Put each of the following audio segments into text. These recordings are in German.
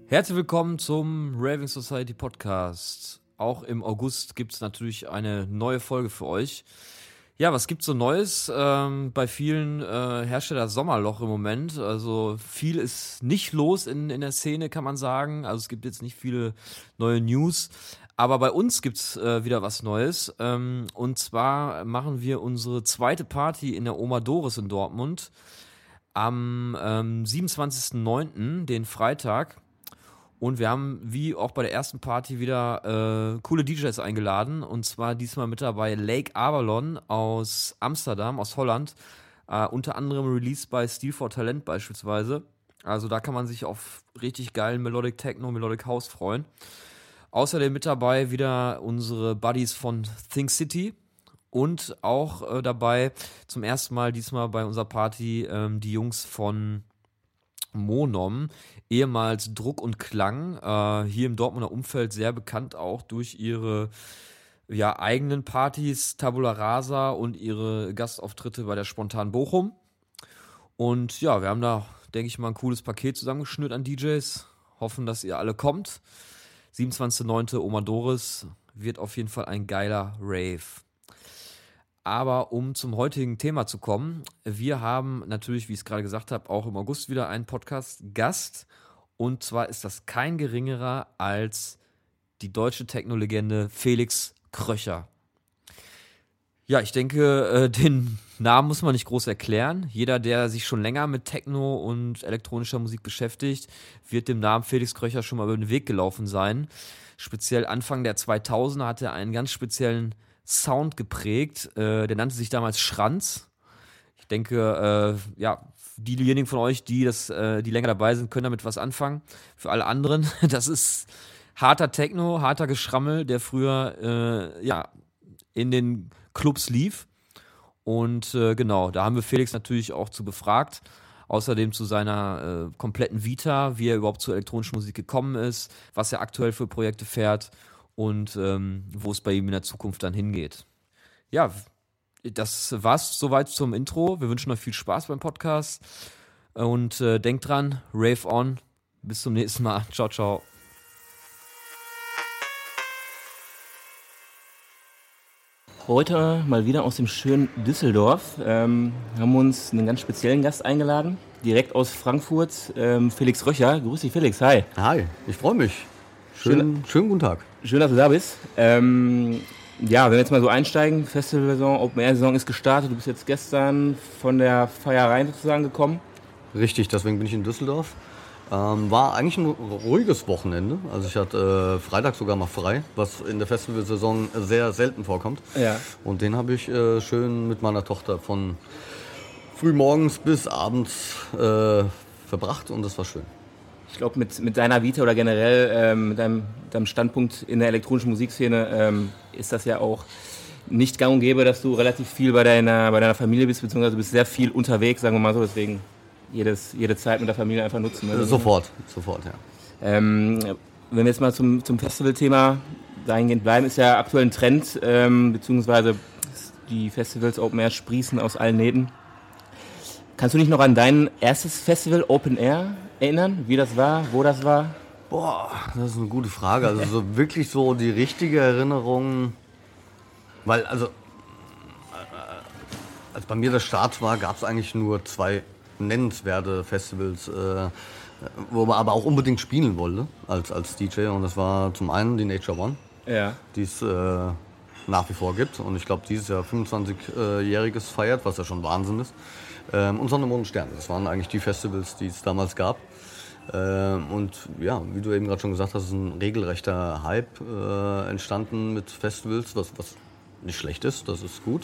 Herzlich willkommen zum Raving Society Podcast. Auch im August gibt es natürlich eine neue Folge für euch. Ja, was gibt's so Neues? Bei vielen Hersteller Sommerloch im Moment. Also viel ist nicht los in der Szene, kann man sagen. Also es gibt jetzt nicht viele neue News. Aber bei uns gibt's wieder was Neues. Und zwar machen wir unsere zweite Party in der Oma Doris in Dortmund am 27.09., den Freitag. Und wir haben, wie auch bei der ersten Party, wieder coole DJs eingeladen. Und zwar diesmal mit dabei Lake Avalon aus Amsterdam, aus Holland. Unter anderem released bei Steel for Talent beispielsweise. Also da kann man sich auf richtig geilen Melodic Techno, Melodic House freuen. Außerdem mit dabei wieder unsere Buddies von Think City. Und auch dabei zum ersten Mal diesmal bei unserer Party die Jungs von Monom, ehemals Druck und Klang, hier im Dortmunder Umfeld sehr bekannt auch durch ihre eigenen Partys, Tabula Rasa und ihre Gastauftritte bei der Spontan Bochum. Und ja, wir haben da, denke ich mal, ein cooles Paket zusammengeschnürt an DJs. Hoffen, dass ihr alle kommt. 27.09. Oma Doris, wird auf jeden Fall ein geiler Rave. Aber um zum heutigen Thema zu kommen, wir haben natürlich, wie ich es gerade gesagt habe, auch im August wieder einen Podcast-Gast. Und zwar ist das kein geringerer als die deutsche Techno-Legende Felix Kröcher. Ja, ich denke, den Namen muss man nicht groß erklären. Jeder, der sich schon länger mit Techno und elektronischer Musik beschäftigt, wird dem Namen Felix Kröcher schon mal über den Weg gelaufen sein. Speziell Anfang der 2000er hat er einen ganz speziellen Sound geprägt, der nannte sich damals Schranz. Ich denke, diejenigen von euch, die länger dabei sind, können damit was anfangen. Für alle anderen, das ist harter Techno, harter Geschrammel, der früher in den Clubs lief. Und genau, da haben wir Felix natürlich auch zu befragt. Außerdem zu seiner kompletten Vita, wie er überhaupt zur elektronischen Musik gekommen ist, was er aktuell für Projekte fährt und wo es bei ihm in der Zukunft dann hingeht. Ja, das war's soweit zum Intro. Wir wünschen euch viel Spaß beim Podcast und denkt dran, Rave on. Bis zum nächsten Mal. Ciao, ciao. Heute mal wieder aus dem schönen Düsseldorf. Haben uns einen ganz speziellen Gast eingeladen, direkt aus Frankfurt, Felix Kröcher. Grüß dich, Felix. Hi. Hi, ich freue mich. Schönen guten Tag. Schön, dass du da bist. Wenn wir jetzt mal so einsteigen, Festivalsaison, Open-Air-Saison ist gestartet. Du bist jetzt gestern von der Feierei sozusagen gekommen. Richtig, deswegen bin ich in Düsseldorf. War eigentlich ein ruhiges Wochenende. Also ich hatte Freitag sogar mal frei, was in der Festivalsaison sehr selten vorkommt. Ja. Und den habe ich schön mit meiner Tochter von frühmorgens bis abends verbracht und das war schön. Ich glaube, mit deiner Vita oder generell mit deinem Standpunkt in der elektronischen Musikszene ist das ja auch nicht gang und gäbe, dass du relativ viel bei deiner Familie bist, beziehungsweise du bist sehr viel unterwegs, sagen wir mal so, deswegen jede Zeit mit der Familie einfach nutzen. Ne? Sofort, ja. Wenn wir jetzt mal zum Festivalthema dahingehend bleiben, ist ja aktuell ein Trend, beziehungsweise die Festivals Open Air sprießen aus allen Nähten. Kannst du dich noch an dein erstes Festival Open Air erinnern, wie das war, wo das war? Boah, das ist eine gute Frage. Also so wirklich so die richtige Erinnerung, weil als bei mir der Start war, gab es eigentlich nur 2 nennenswerte Festivals, wo man aber auch unbedingt spielen wollte als DJ. Und das war zum einen die Nature One, die es nach wie vor gibt. Und ich glaube, dieses Jahr 25-jähriges feiert, was ja schon Wahnsinn ist. Und Sonne, Mond und Sterne. Das waren eigentlich die Festivals, die es damals gab. Und ja, wie du eben gerade schon gesagt hast, ist ein regelrechter Hype entstanden mit Festivals, was nicht schlecht ist, das ist gut.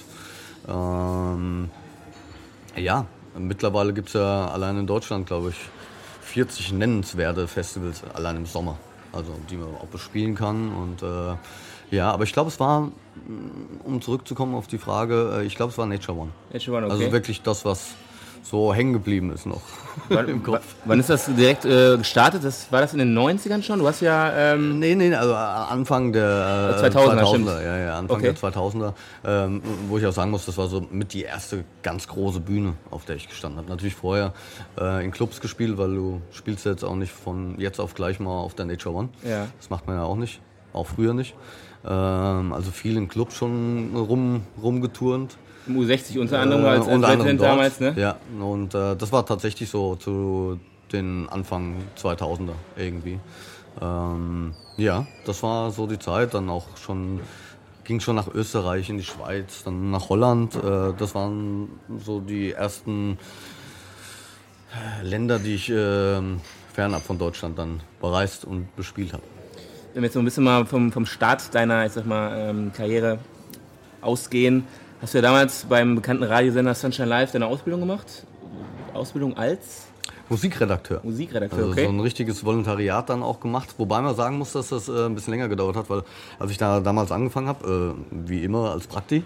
Mittlerweile gibt es ja allein in Deutschland, glaube ich, 40 nennenswerte Festivals allein im Sommer, also die man auch bespielen kann. Und aber ich glaube, es war, um zurückzukommen auf die Frage, ich glaube, es war Nature One. Nature One, okay. Also wirklich das, was so hängen geblieben ist noch im Kopf. Wann ist das direkt gestartet? War das in den 90ern schon? Du hast ja... Nee, also Anfang der 2000er. Ja, Anfang der 2000er. Wo ich auch sagen muss, das war so mit die erste ganz große Bühne, auf der ich gestanden habe. Natürlich vorher in Clubs gespielt, weil du spielst jetzt auch nicht von jetzt auf gleich mal auf der Nature One. Ja. Das macht man ja auch nicht, auch früher nicht. Also viel in Clubs schon rumgeturnt. Im U60 unter anderem als Resident damals, ne? Ja, und das war tatsächlich so zu den Anfang 2000er irgendwie. Ja, das war so die Zeit, dann auch schon, ging schon nach Österreich, in die Schweiz, dann nach Holland. Das waren so die ersten Länder, die ich fernab von Deutschland dann bereist und bespielt habe. Wenn wir jetzt so ein bisschen mal vom Start deiner, ich sag mal, Karriere ausgehen, hast du ja damals beim bekannten Radiosender Sunshine Live deine Ausbildung gemacht? Ausbildung als? Musikredakteur. Also okay. So ein richtiges Volontariat dann auch gemacht. Wobei man sagen muss, dass das ein bisschen länger gedauert hat, weil als ich da damals angefangen habe, wie immer als Prakti,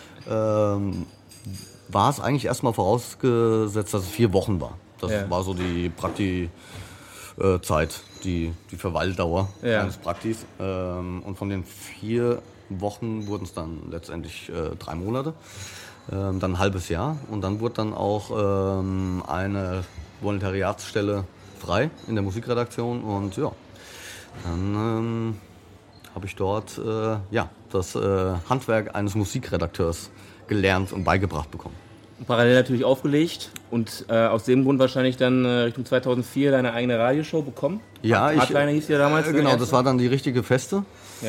war es eigentlich erstmal vorausgesetzt, dass es 4 Wochen war. Das war so die Prakti-Zeit, die Verweildauer eines Praktis. Und von den 4 Wochen wurden es dann letztendlich 3 Monate, dann ein halbes Jahr und dann wurde dann auch eine Volontariatsstelle frei in der Musikredaktion und ja, dann habe ich dort das Handwerk eines Musikredakteurs gelernt und beigebracht bekommen. Parallel natürlich aufgelegt und aus dem Grund wahrscheinlich dann Richtung 2004 deine eigene Radioshow bekommen. Ja, Hardliner hieß ja damals. Genau, das war dann die richtige Feste,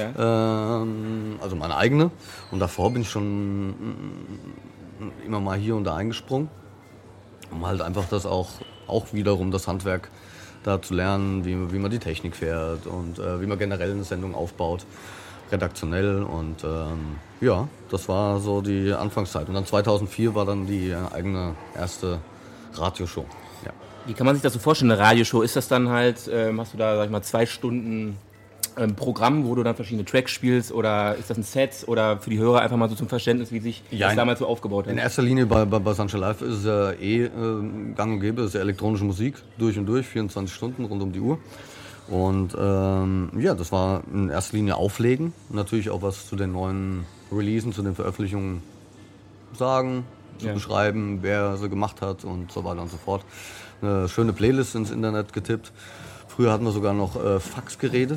also meine eigene. Und davor bin ich schon immer mal hier und da eingesprungen, um halt einfach das auch wiederum das Handwerk da zu lernen, wie man die Technik fährt und wie man generell eine Sendung aufbaut. Redaktionell und das war so die Anfangszeit. Und dann 2004 war dann die eigene erste Radioshow. Ja. Wie kann man sich das so vorstellen, eine Radioshow? Ist das dann halt, hast du da, sag ich mal, 2 Stunden Programm, wo du dann verschiedene Tracks spielst oder ist das ein Set oder für die Hörer einfach mal so zum Verständnis, wie sich das damals so aufgebaut hat? In erster Linie bei Sunshine Live ist es ja gang und gäbe, es ist ja elektronische Musik, durch und durch, 24 Stunden rund um die Uhr. Und das war in erster Linie Auflegen, natürlich auch was zu den neuen Releasen, zu den Veröffentlichungen sagen, zu beschreiben, wer sie gemacht hat und so weiter und so fort. Eine schöne Playlist ins Internet getippt. Früher hatten wir sogar noch Faxgeräte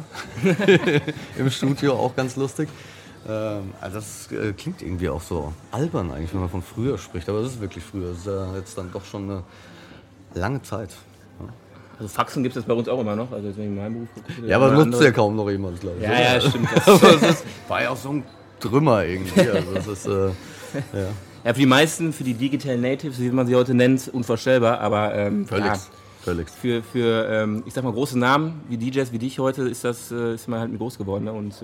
im Studio, auch ganz lustig. Also das klingt irgendwie auch so albern eigentlich, wenn man von früher spricht, aber es ist wirklich früher. Das ist ja jetzt dann doch schon eine lange Zeit. Ja. Also Faxen gibt es bei uns auch immer noch, also wenn ich in meinem Beruf gucke. Ja, aber nutzt ja kaum noch jemand, glaube ich. Ja, stimmt. Das war ja auch so ein Trümmer irgendwie. Also das ist, Ja, für die meisten, für die Digital Natives, wie man sie heute nennt, unvorstellbar, aber völlig. Für ich sag mal, große Namen wie DJs wie dich heute ist man halt mit groß geworden. Ne? Und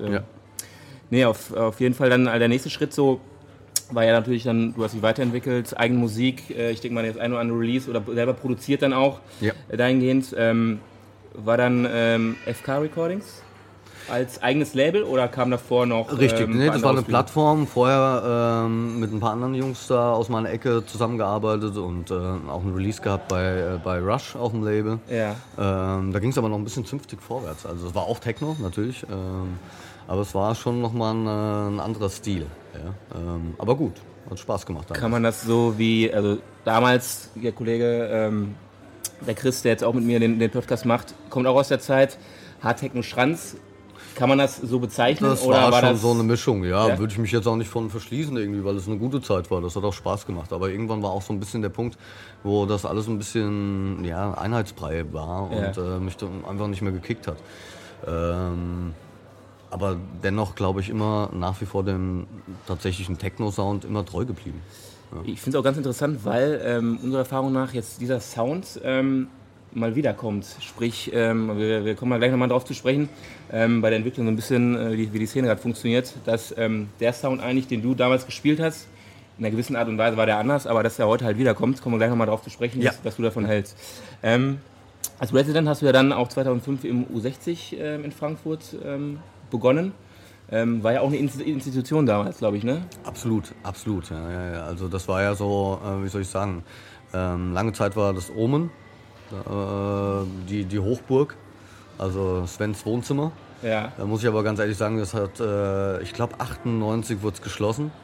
auf jeden Fall dann der nächste Schritt so war ja natürlich dann, du hast dich weiterentwickelt, eigene Musik, ich denke mal jetzt ein oder andere Release oder selber produziert dann auch dahingehend. War dann FK Recordings als eigenes Label oder kam davor noch? Richtig, das war eine Plattform, vorher mit ein paar anderen Jungs da aus meiner Ecke zusammengearbeitet und auch ein Release gehabt bei Rush auf dem Label. Ja. Da ging es aber noch ein bisschen zünftig vorwärts, also es war auch Techno natürlich, aber es war schon nochmal ein anderer Stil. Ja. Aber gut, hat Spaß gemacht. Damals. Kann man das so wie, also damals, der Kollege, der Chris, der jetzt auch mit mir den Podcast macht, kommt auch aus der Zeit, Hard Techno Schranz. Kann man das so bezeichnen? Das oder war schon das so eine Mischung, ja. Würde ich mich jetzt auch nicht von verschließen irgendwie, weil es eine gute Zeit war. Das hat auch Spaß gemacht. Aber irgendwann war auch so ein bisschen der Punkt, wo das alles ein bisschen Einheitsbrei war und mich einfach nicht mehr gekickt hat. Aber dennoch glaube ich immer nach wie vor dem tatsächlichen Techno-Sound immer treu geblieben. Ja. Ich finde es auch ganz interessant, weil unserer Erfahrung nach jetzt dieser Sound mal wiederkommt. Sprich, wir kommen mal gleich nochmal drauf zu sprechen, bei der Entwicklung so ein bisschen, wie die Szene gerade funktioniert, dass der Sound eigentlich, den du damals gespielt hast, in einer gewissen Art und Weise war der anders, aber dass der heute halt wiederkommt, kommen wir gleich nochmal drauf zu sprechen, was du davon hältst. Als Resident hast du ja dann auch 2005 im U60 in Frankfurt begonnen. War ja auch eine Institution damals, glaube ich, ne? Absolut. Ja. Also das war ja so, wie soll ich sagen, Lange Zeit war das Omen, die Hochburg, also Svens Wohnzimmer. Ja. Da muss ich aber ganz ehrlich sagen, das hat, ich glaube 98 wurde es geschlossen.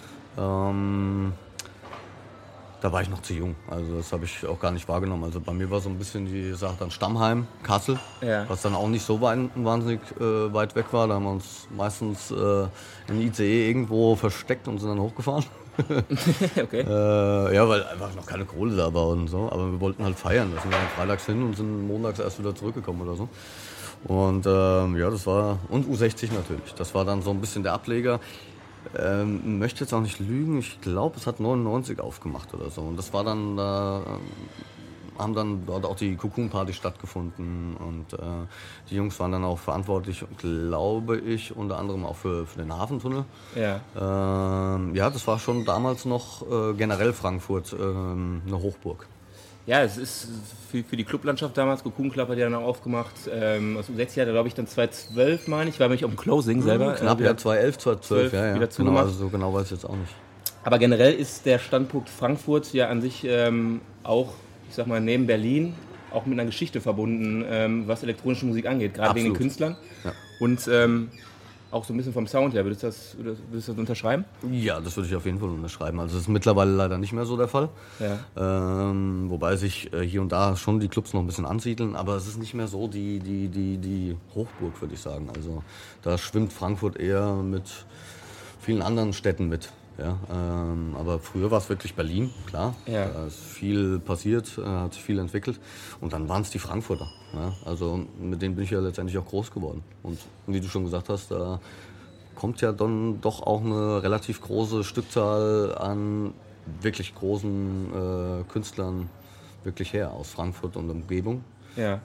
Da war ich noch zu jung, also das habe ich auch gar nicht wahrgenommen. Also bei mir war so ein bisschen die Sache dann Stammheim, Kassel, was dann auch nicht so wahnsinnig weit weg war. Da haben wir uns meistens in ICE irgendwo versteckt und sind dann hochgefahren. Okay. Ja, weil einfach noch keine Kohle da war und so. Aber wir wollten halt feiern. Da sind wir dann freitags hin und sind montags erst wieder zurückgekommen oder so. Und ja, das war, und U60 natürlich. Das war dann so ein bisschen der Ableger. Möchte jetzt auch nicht lügen, ich glaube, es hat 99 aufgemacht oder so. Und das war dann, haben dann dort auch die Cocoon Party stattgefunden. Und die Jungs waren dann auch verantwortlich, glaube ich, unter anderem auch für den Hafentunnel. Ja. Ja, das war schon damals noch generell Frankfurt eine Hochburg. Ja, es ist für die Clublandschaft damals, Cocoon Club hat ja dann auch aufgemacht. Aus dem 6 Jahr, glaube ich, dann 2012, meine ich, war mich auf dem Closing selber. Knapp, ja, 2011, 2012, ja. Wieder genau, also so genau weiß ich jetzt auch nicht. Aber generell ist der Standpunkt Frankfurt ja an sich auch, ich sag mal, neben Berlin auch mit einer Geschichte verbunden, was elektronische Musik angeht, gerade wegen den Künstlern. Ja. Und auch so ein bisschen vom Sound her. Würdest du das unterschreiben? Ja, das würde ich auf jeden Fall unterschreiben. Also das ist mittlerweile leider nicht mehr so der Fall. Ja. Wobei sich hier und da schon die Clubs noch ein bisschen ansiedeln, aber es ist nicht mehr so die Hochburg, würde ich sagen. Also da schwimmt Frankfurt eher mit vielen anderen Städten mit. Ja, aber früher war es wirklich Berlin, klar. Ja. Da ist viel passiert, hat sich viel entwickelt. Und dann waren es die Frankfurter. Ja? Also mit denen bin ich ja letztendlich auch groß geworden. Und wie du schon gesagt hast, da kommt ja dann doch auch eine relativ große Stückzahl an wirklich großen Künstlern wirklich her aus Frankfurt und Umgebung. Ja.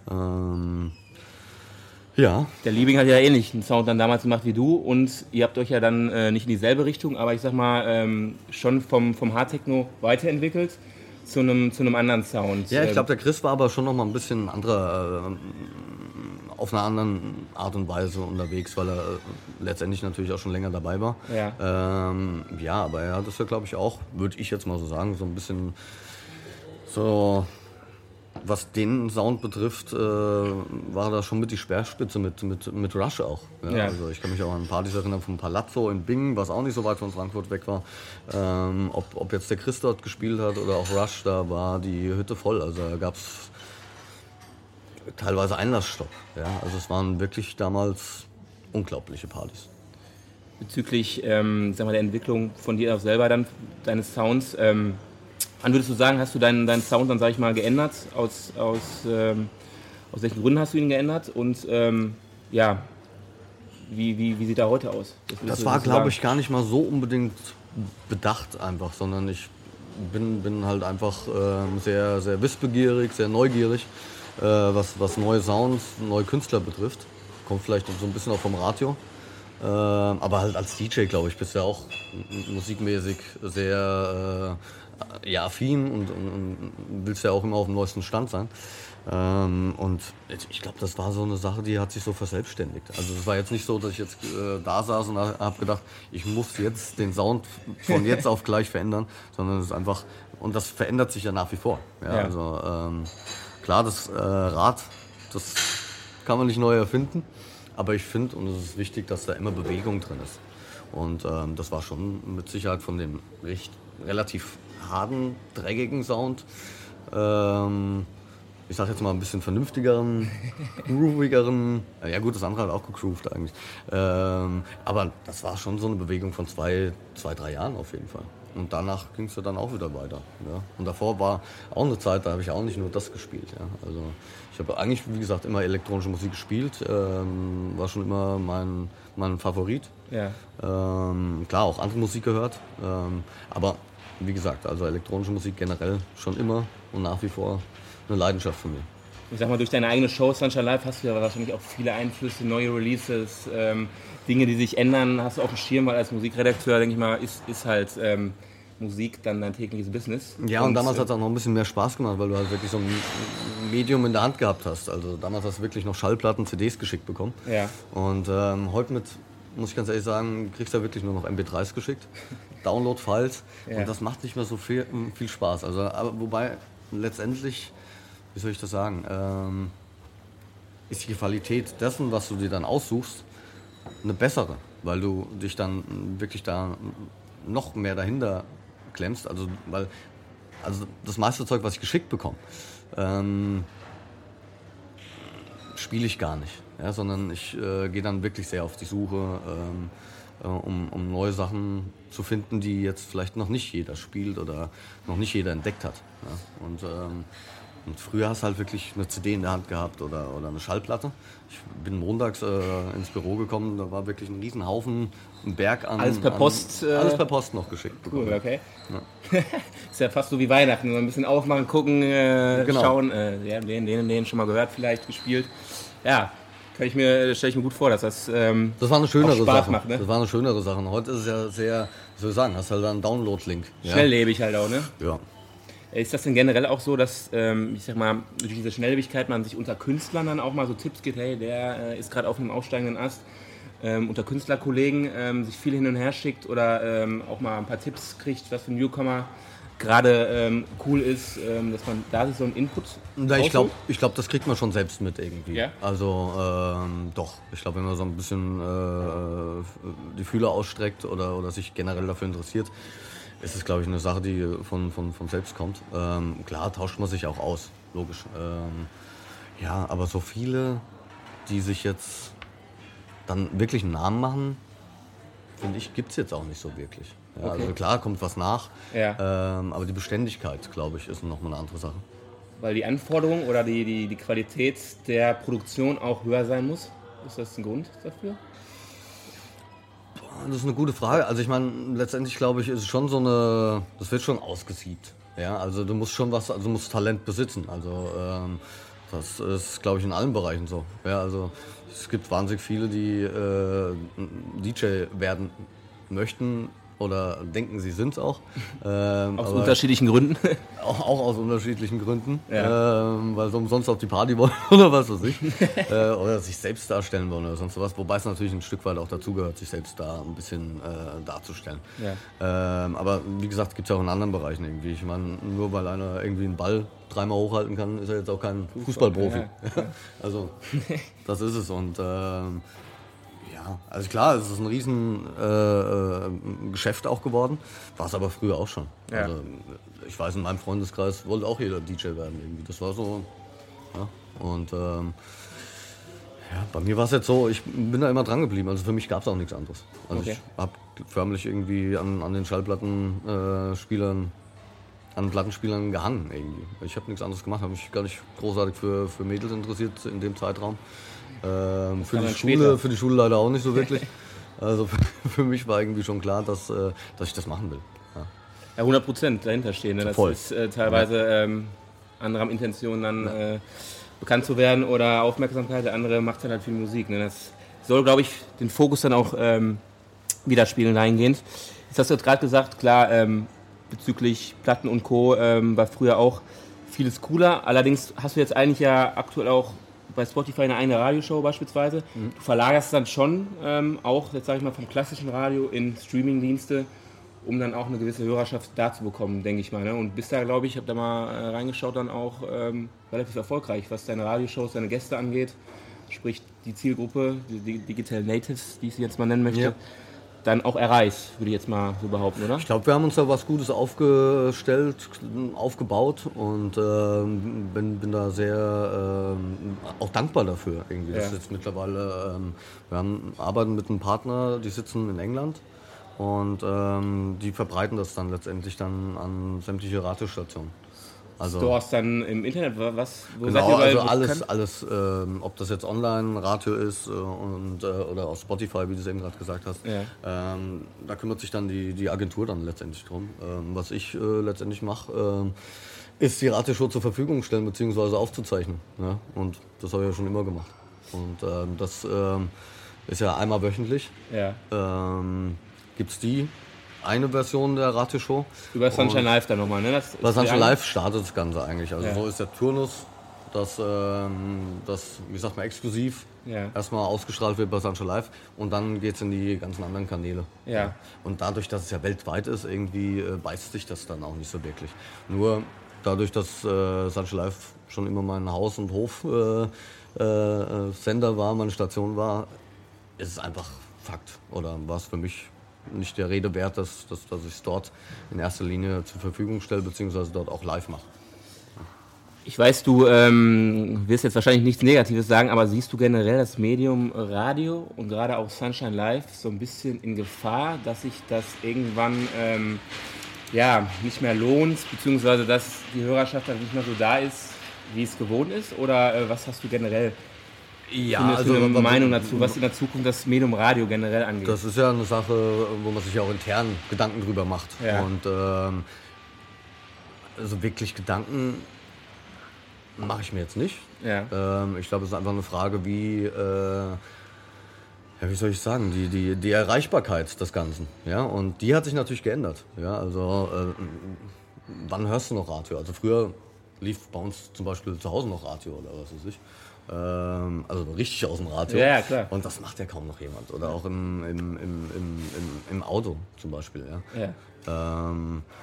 Ja. Der Liebing hat ja ähnlich einen Sound dann damals gemacht wie du und ihr habt euch ja dann nicht in dieselbe Richtung, aber ich sag mal schon vom Hardtechno weiterentwickelt zu einem anderen Sound. Ja, ich glaube, der Chris war aber schon noch mal ein bisschen anderer, auf einer anderen Art und Weise unterwegs, weil er letztendlich natürlich auch schon länger dabei war. Ja, ja, aber er hat das ja, glaube ich, auch, würde ich jetzt mal so sagen, so ein bisschen so... Was den Sound betrifft, war da schon mit die Speerspitze mit Rush auch. Ja? Ja. Also ich kann mich auch an Partys erinnern vom Palazzo in Bingen, was auch nicht so weit von Frankfurt weg war. Ob jetzt der Chris dort gespielt hat oder auch Rush, da war die Hütte voll. Also da gab es teilweise Einlassstopp. Ja? Also es waren wirklich damals unglaubliche Partys. Bezüglich sag mal, der Entwicklung von dir auch selber dann, deines Sounds, wann würdest du sagen, hast du deinen Sound dann, sag ich mal, geändert? Aus welchen Gründen hast du ihn geändert? Und ja, wie sieht er heute aus? Das war, glaube ich, gar nicht mal so unbedingt bedacht einfach, sondern ich bin halt einfach sehr, sehr wissbegierig, sehr neugierig, was neue Sounds, neue Künstler betrifft. Kommt vielleicht so ein bisschen auch vom Radio. Aber halt als DJ, glaube ich, bist du ja auch musikmäßig sehr affin und willst ja auch immer auf dem neuesten Stand sein. Und ich glaube, das war so eine Sache, die hat sich so verselbstständigt. Also es war jetzt nicht so, dass ich jetzt da saß und habe gedacht, ich muss jetzt den Sound von jetzt auf gleich verändern, sondern es ist einfach, und das verändert sich ja nach wie vor. Ja, ja. Also klar, das Rad, das kann man nicht neu erfinden, aber ich finde, und es ist wichtig, dass da immer Bewegung drin ist. Und das war schon mit Sicherheit von dem relativ harten, dreckigen Sound, ich sag jetzt mal ein bisschen vernünftigeren, groovigeren, ja gut, das andere hat auch gegroovt eigentlich, aber das war schon so eine Bewegung von 2-3 Jahren auf jeden Fall. Und danach ging es ja dann auch wieder weiter. Ja. Und davor war auch eine Zeit, da habe ich auch nicht nur das gespielt. Ja. Also ich habe eigentlich, wie gesagt, immer elektronische Musik gespielt, war schon immer mein Favorit. Ja. Klar, auch andere Musik gehört, aber wie gesagt, also elektronische Musik generell schon immer und nach wie vor eine Leidenschaft von mir. Ich sag mal, durch deine eigene Show Sunshine Live hast du ja wahrscheinlich auch viele Einflüsse, neue Releases, Dinge, die sich ändern, hast du auf dem Schirm, weil als Musikredakteur, denke ich mal, ist halt Musik dann dein tägliches Business. Ja, und damals hat es auch noch ein bisschen mehr Spaß gemacht, weil du halt wirklich so ein Medium in der Hand gehabt hast. Also damals hast du wirklich noch Schallplatten, CDs geschickt bekommen. Ja. Und heute muss ich ganz ehrlich sagen, kriegst du ja wirklich nur noch MP3s geschickt. Download-Files und das macht nicht mehr so viel Spaß. Also, aber wobei letztendlich, wie soll ich das sagen, ist die Qualität dessen, was du dir dann aussuchst, eine bessere, weil du dich dann wirklich da noch mehr dahinter klemmst. Also das meiste Zeug, was ich geschickt bekomme, spiele ich gar nicht, ja, sondern ich gehe dann wirklich sehr auf die Suche, um neue Sachen zu finden, die jetzt vielleicht noch nicht jeder spielt oder noch nicht jeder entdeckt hat. Ja. Und früher hast du halt wirklich eine CD in der Hand gehabt oder eine Schallplatte. Ich bin montags ins Büro gekommen, da war wirklich ein Riesenhaufen, ein Berg an... Alles per Post? Alles per Post noch geschickt bekommen. Cool, okay. Ja. Ist ja fast so wie Weihnachten, so ein bisschen aufmachen, gucken, genau. Schauen. Ja, den schon mal gehört, vielleicht gespielt. Ja, stelle ich mir gut vor, dass das war eine schönere Spaß Sache. Macht. Ne? Das war eine schönere Sache. Heute ist es ja sehr, wie soll ich sagen, hast halt einen Download-Link. Schnelllebig halt auch, ne? Ja. Ist das denn generell auch so, dass, ich sag mal, durch diese Schnelllebigkeit man sich unter Künstlern dann auch mal so Tipps gibt, hey, der ist gerade auf einem aufsteigenden Ast, unter Künstlerkollegen sich viel hin und her schickt oder auch mal ein paar Tipps kriegt, was für ein Newcomer gerade cool ist, dass man da sich so einen Input ich glaube, das kriegt man schon selbst mit irgendwie. Ja? Also doch, ich glaube, wenn man so ein bisschen die Fühler ausstreckt oder sich generell dafür interessiert, ist es, glaube ich, eine Sache, die von selbst kommt. Klar, tauscht man sich auch aus, logisch. Ja, aber so viele, die sich jetzt dann wirklich einen Namen machen, finde ich, gibt es jetzt auch nicht so wirklich. Ja, okay. Also klar, kommt was nach, aber die Beständigkeit, glaube ich, ist nochmal eine andere Sache. Weil die Anforderung oder die Qualität der Produktion auch höher sein muss? Ist das ein Grund dafür? Das ist eine gute Frage. Also ich meine, letztendlich glaube ich, ist es schon das wird schon ausgesiebt. Ja, also du musst schon du musst Talent besitzen. Also das ist, glaube ich, in allen Bereichen so. Ja, also es gibt wahnsinnig viele, die DJ werden möchten oder denken, sie sind es auch. Aus unterschiedlichen Gründen? Auch aus unterschiedlichen Gründen. Ja. Weil sie umsonst auf die Party wollen oder was weiß ich. Oder sich selbst darstellen wollen oder sonst was. Wobei es natürlich ein Stück weit auch dazugehört, sich selbst da ein bisschen darzustellen. Ja. Aber wie gesagt, gibt es auch in anderen Bereichen irgendwie. Ich meine, nur weil einer irgendwie einen Ball dreimal hochhalten kann, ist er jetzt auch kein Fußballprofi. Ja. Also, das ist es. Und also klar, es ist ein riesen Geschäft auch geworden, war es aber früher auch schon. Ja. Also ich weiß, in meinem Freundeskreis wollte auch jeder DJ werden irgendwie. Das war so. Ja. Und bei mir war es jetzt so, ich bin da immer dran geblieben. Also für mich gab es auch nichts anderes. Also ich habe förmlich irgendwie an den Schallplattenspielern, an Plattenspielern gehangen irgendwie. Ich habe nichts anderes gemacht, habe mich gar nicht großartig für Mädels interessiert in dem Zeitraum. Für die Schule leider auch nicht so wirklich. Also für mich war irgendwie schon klar, dass ich das machen will. Ja, 100% dahinter stehen. Ne? Das voll. Ist teilweise andere haben Intention, dann bekannt zu werden oder Aufmerksamkeit. Der andere macht dann halt viel Musik. Ne? Das soll, glaube ich, den Fokus dann auch widerspiegeln dahingehend. Jetzt hast du gerade gesagt, klar, bezüglich Platten und Co. War früher auch vieles cooler. Allerdings hast du jetzt eigentlich ja aktuell auch bei Spotify eine eigene Radioshow beispielsweise. Du verlagerst dann schon auch, jetzt sage ich mal, vom klassischen Radio in Streamingdienste, um dann auch eine gewisse Hörerschaft da zu bekommen, denke ich mal. Ne? Und bist da, glaube ich, habe da mal reingeschaut, dann auch relativ erfolgreich, was deine Radioshows, deine Gäste angeht. Sprich, die Zielgruppe, die Digital Natives, die ich sie jetzt mal nennen möchte, dann auch erreicht, würde ich jetzt mal so behaupten, oder? Ich glaube, wir haben uns da was Gutes aufgebaut und bin da sehr auch dankbar dafür. Irgendwie. Das ist jetzt mittlerweile, wir arbeiten mit einem Partner, die sitzen in England und die verbreiten das dann letztendlich dann an sämtliche Radiostationen. Also, Stores dann im Internet, was? Genau, also alles, ob das jetzt Online-Radio ist oder auf Spotify, wie du es eben gerade gesagt hast. Ja. Da kümmert sich dann die Agentur dann letztendlich drum. Was ich letztendlich mache, ist die Radioshow zur Verfügung stellen bzw. aufzuzeichnen. Ja? Und das habe ich ja schon immer gemacht. Und das ist ja einmal wöchentlich. Ja. Gibt es eine Version der Radioshow. Über Sunshine Live dann nochmal, ne? Bei Sunshine Live startet das Ganze eigentlich. Also so ist der Turnus. dass wie sagt man, exklusiv erstmal ausgestrahlt wird bei Sunshine Live und dann geht es in die ganzen anderen Kanäle. Ja. Und dadurch, dass es ja weltweit ist, irgendwie beißt sich das dann auch nicht so wirklich. Nur dadurch, dass Sunshine Live schon immer mein Haus- und Hof-Sender war, meine Station war, ist es einfach Fakt. Oder war es für mich nicht der Rede wert, dass ich es dort in erster Linie zur Verfügung stelle, beziehungsweise dort auch live mache. Ich weiß, du wirst jetzt wahrscheinlich nichts Negatives sagen, aber siehst du generell das Medium Radio und gerade auch Sunshine Live so ein bisschen in Gefahr, dass sich das irgendwann nicht mehr lohnt, beziehungsweise dass die Hörerschaft dann nicht mehr so da ist, wie es gewohnt ist? Oder was hast du generell für eine Meinung dazu, was in der Zukunft das Medium Radio generell angeht? Das ist ja eine Sache, wo man sich auch intern Gedanken drüber macht. Ja. Und also wirklich Gedanken mache ich mir jetzt nicht. Ja. Ich glaube, es ist einfach eine Frage, wie soll ich sagen, die Erreichbarkeit des Ganzen. Ja? Und die hat sich natürlich geändert. Ja? Also wann hörst du noch Radio? Also früher lief bei uns zum Beispiel zu Hause noch Radio oder was weiß ich. Also richtig aus dem Radio. Ja, klar. Und das macht ja kaum noch jemand. Oder auch im Auto zum Beispiel. Ja? Ja.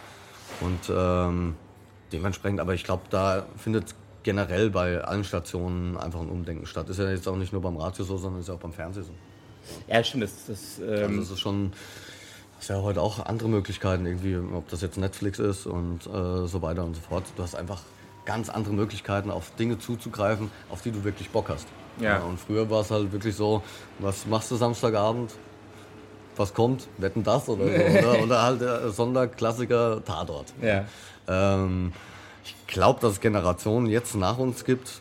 Dementsprechend, aber ich glaube, da findet generell bei allen Stationen einfach ein Umdenken statt. Ist ja jetzt auch nicht nur beim Radio so, sondern ist ja auch beim Fernsehen so. Ja, stimmt. Also es ist schon, das ist ja heute auch andere Möglichkeiten, irgendwie, ob das jetzt Netflix ist und so weiter und so fort. Du hast einfach ganz andere Möglichkeiten, auf Dinge zuzugreifen, auf die du wirklich Bock hast. Ja. Und früher war es halt wirklich so, was machst du Samstagabend? Was kommt? Wetten, das? Oder halt der Sonderklassiker Tatort. Ja. Ich glaube, dass es Generationen jetzt nach uns gibt,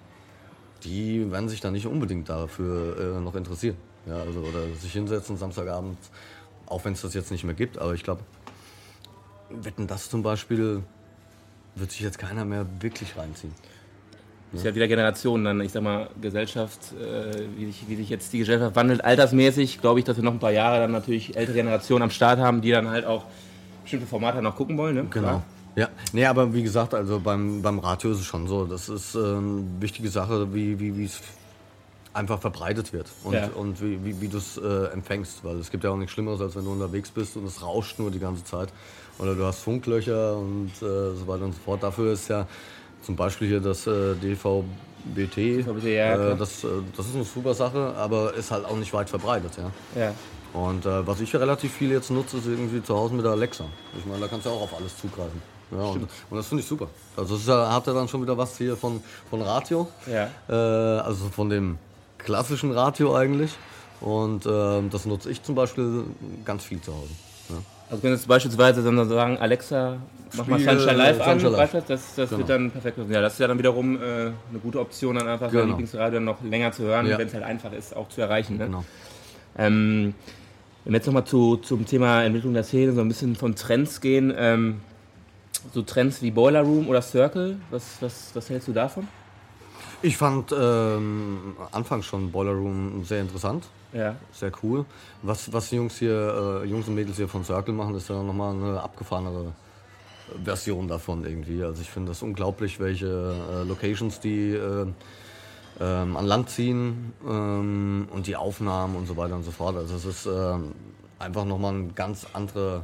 die werden sich da nicht unbedingt dafür noch interessieren. Ja, also, oder sich hinsetzen Samstagabend, auch wenn es das jetzt nicht mehr gibt. Aber ich glaube, Wetten, das zum Beispiel, wird sich jetzt keiner mehr wirklich reinziehen. Das ist ja wieder Generationen dann, ich sag mal, Gesellschaft, wie sich jetzt die Gesellschaft wandelt, altersmäßig, glaube ich, dass wir noch ein paar Jahre dann natürlich ältere Generationen am Start haben, die dann halt auch bestimmte Formate noch gucken wollen. Ne? Genau. Klar. Ja, nee, aber wie gesagt, also beim Radio ist es schon so, das ist eine wichtige Sache, wie es einfach verbreitet wird und wie du es empfängst, weil es gibt ja auch nichts Schlimmeres, als wenn du unterwegs bist und es rauscht nur die ganze Zeit oder du hast Funklöcher und so weiter und so fort. Dafür ist ja zum Beispiel hier das DVB-T, das ist eine super Sache, aber ist halt auch nicht weit verbreitet. Ja. Und was ich relativ viel jetzt nutze, ist irgendwie zu Hause mit der Alexa. Ich meine, da kannst du auch auf alles zugreifen. Ja, und das finde ich super. Also es hat ja dann schon wieder was hier von Radio, also von dem klassischen Radio eigentlich. Und das nutze ich zum Beispiel ganz viel zu Hause. Ja. Also wenn du jetzt beispielsweise dann sagen, Alexa, mach mal Sunshine Live an, das genau. Wird dann perfekt. Ja, das ist ja dann wiederum eine gute Option, dann einfach sein Lieblingsradio noch länger zu hören, wenn es halt einfach ist, auch zu erreichen. Ne? Genau. Wenn wir jetzt nochmal zum Thema Entwicklung der Szene so ein bisschen von Trends gehen, so Trends wie Boiler Room oder Circle, was hältst du davon? Ich fand anfangs schon Boiler Room sehr interessant, sehr cool. Was die Jungs und Mädels hier von Circle machen, ist ja nochmal eine abgefahrenere Version davon irgendwie. Also ich finde das unglaublich, welche Locations die an Land ziehen und die Aufnahmen und so weiter und so fort. Also es ist einfach nochmal ein ganz andere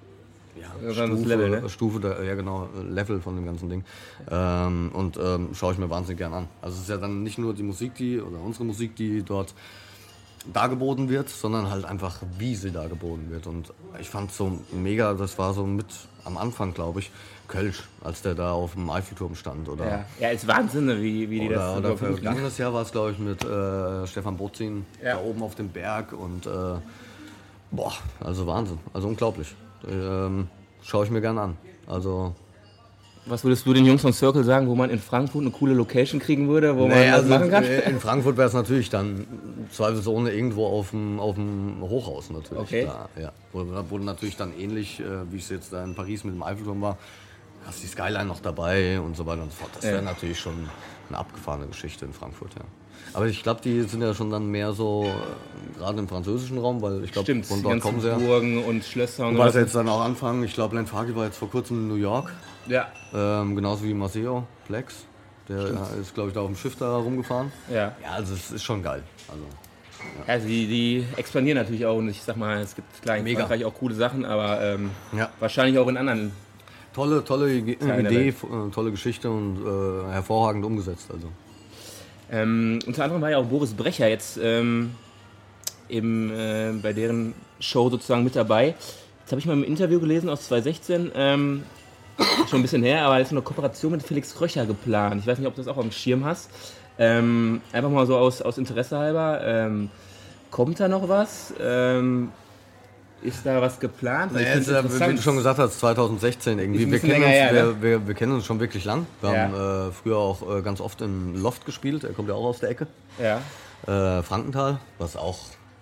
Stufe, Level von dem ganzen Ding. Und schaue ich mir wahnsinnig gern an. Also es ist ja dann nicht nur die Musik, unsere Musik, die dort dargeboten wird, sondern halt einfach, wie sie dargeboten wird. Und ich fand so mega, das war so mit am Anfang, glaube ich, Kölsch, als der da auf dem Eiffelturm stand. Oder ist Wahnsinn, wie die das oder vergangenes Jahr war es, glaube ich, mit Stefan Bozin da oben auf dem Berg und also Wahnsinn, also unglaublich. Schaue ich mir gerne an. Also was würdest du den Jungs von Circle sagen, wo man in Frankfurt eine coole Location kriegen würde, wo man das machen kann? In Frankfurt wäre es natürlich dann zweifelsohne irgendwo auf dem Hochhaus natürlich. Okay. Da, ja. Wo natürlich dann ähnlich, wie es jetzt da in Paris mit dem Eiffelturm war, hast die Skyline noch dabei und so weiter und so fort. Das wäre natürlich schon eine abgefahrene Geschichte in Frankfurt, ja. Aber ich glaube, die sind ja schon dann mehr so, gerade im französischen Raum, weil ich glaube, von dort kommen sie ja. Burgen und Schlösser und was sie jetzt dann auch anfangen. Ich glaube, Len Fagi war jetzt vor kurzem in New York. Ja. Genauso wie Maceo, Plex. Der ist, glaube ich, da auf dem Schiff da rumgefahren. Ja. Ja, also es ist schon geil. Also die expandieren natürlich auch und ich sag mal, es gibt klar in Frankreich auch coole Sachen, aber wahrscheinlich auch in anderen. Tolle Idee, tolle Geschichte und hervorragend umgesetzt. Also. Unter anderem war ja auch Boris Brecher jetzt bei deren Show sozusagen mit dabei. Jetzt habe ich mal im Interview gelesen aus 2016, schon ein bisschen her, aber es ist eine Kooperation mit Felix Kröcher geplant. Ich weiß nicht, ob du das auch am Schirm hast. Einfach mal so aus Interesse halber. Kommt da noch was? Ist da was geplant? Naja, wie du schon gesagt hast, 2016 irgendwie. Wir kennen uns schon wirklich lang. Wir haben früher auch ganz oft im Loft gespielt. Er kommt ja auch aus der Ecke. Ja. Frankenthal, was auch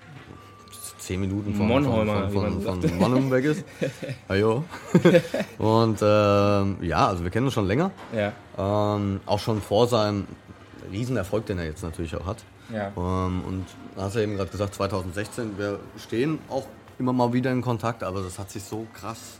10 Minuten von Monheim weg ist. Ajo. Und also wir kennen uns schon länger. Ja. Auch schon vor seinem Riesenerfolg, den er jetzt natürlich auch hat. Ja. Und da hast du eben gerade gesagt, 2016, wir stehen auch immer mal wieder in Kontakt, aber das hat sich so krass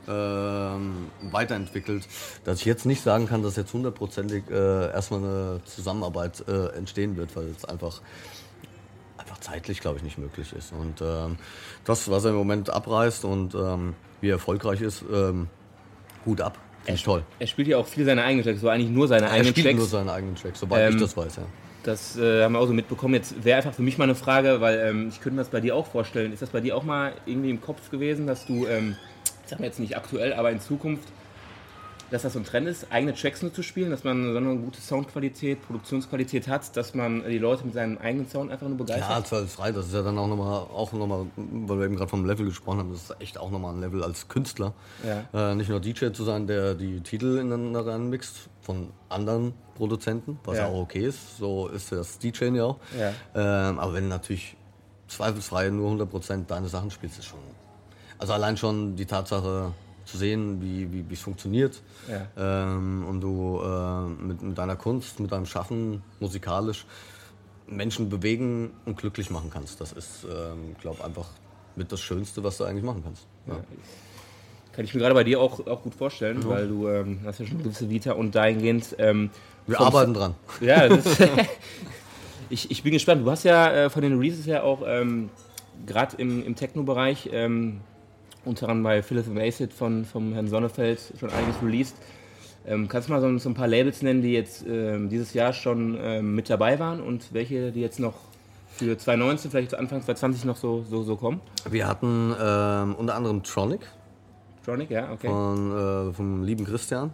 weiterentwickelt, dass ich jetzt nicht sagen kann, dass jetzt 100%ig erstmal eine Zusammenarbeit entstehen wird, weil es einfach zeitlich, glaube ich, nicht möglich ist. Und das, was er im Moment abreißt und wie erfolgreich ist, Hut ab. Finde ich toll. Er spielt ja auch viel seine eigenen Tracks, so eigentlich nur seine eigenen Tracks. Er spielt nur seine eigenen Tracks, soweit ich das weiß, ja. Das haben wir auch so mitbekommen. Jetzt wäre einfach für mich mal eine Frage, weil ich könnte mir das bei dir auch vorstellen. Ist das bei dir auch mal irgendwie im Kopf gewesen, dass du, ich sag mal jetzt nicht aktuell, aber in Zukunft, dass das so ein Trend ist, eigene Tracks nur zu spielen, dass man so eine gute Soundqualität, Produktionsqualität hat, dass man die Leute mit seinem eigenen Sound einfach nur begeistert? Ja, zweifelsfrei. Das ist ja dann auch nochmal, weil wir eben gerade vom Level gesprochen haben, das ist echt auch nochmal ein Level als Künstler. Ja. Nicht nur DJ zu sein, der die Titel ineinander reinmixt von anderen Produzenten, was auch okay ist. So ist das DJing ja auch. Ja. Aber wenn du natürlich zweifelsfrei nur 100% deine Sachen spielst, ist schon... Also allein schon die Tatsache zu sehen, wie es funktioniert. Ja. Und du mit deiner Kunst, mit deinem Schaffen, musikalisch Menschen bewegen und glücklich machen kannst. Das ist, glaube ich, einfach mit das Schönste, was du eigentlich machen kannst. Ja. Kann ich mir gerade bei dir auch gut vorstellen, weil du hast ja schon eine gewisse Vita und dahingehend... wir arbeiten dran. Ja, ich bin gespannt. Du hast ja von den Releases her auch gerade im Techno-Bereich unter anderem bei Philip Acid vom Herrn Sonnefeld schon einiges released. Kannst du mal so ein paar Labels nennen, die jetzt dieses Jahr schon mit dabei waren und welche, die jetzt noch für 2019, vielleicht Anfang 2020 noch so kommen? Wir hatten unter anderem Tronic. Tronic, ja, okay. Vom lieben Christian.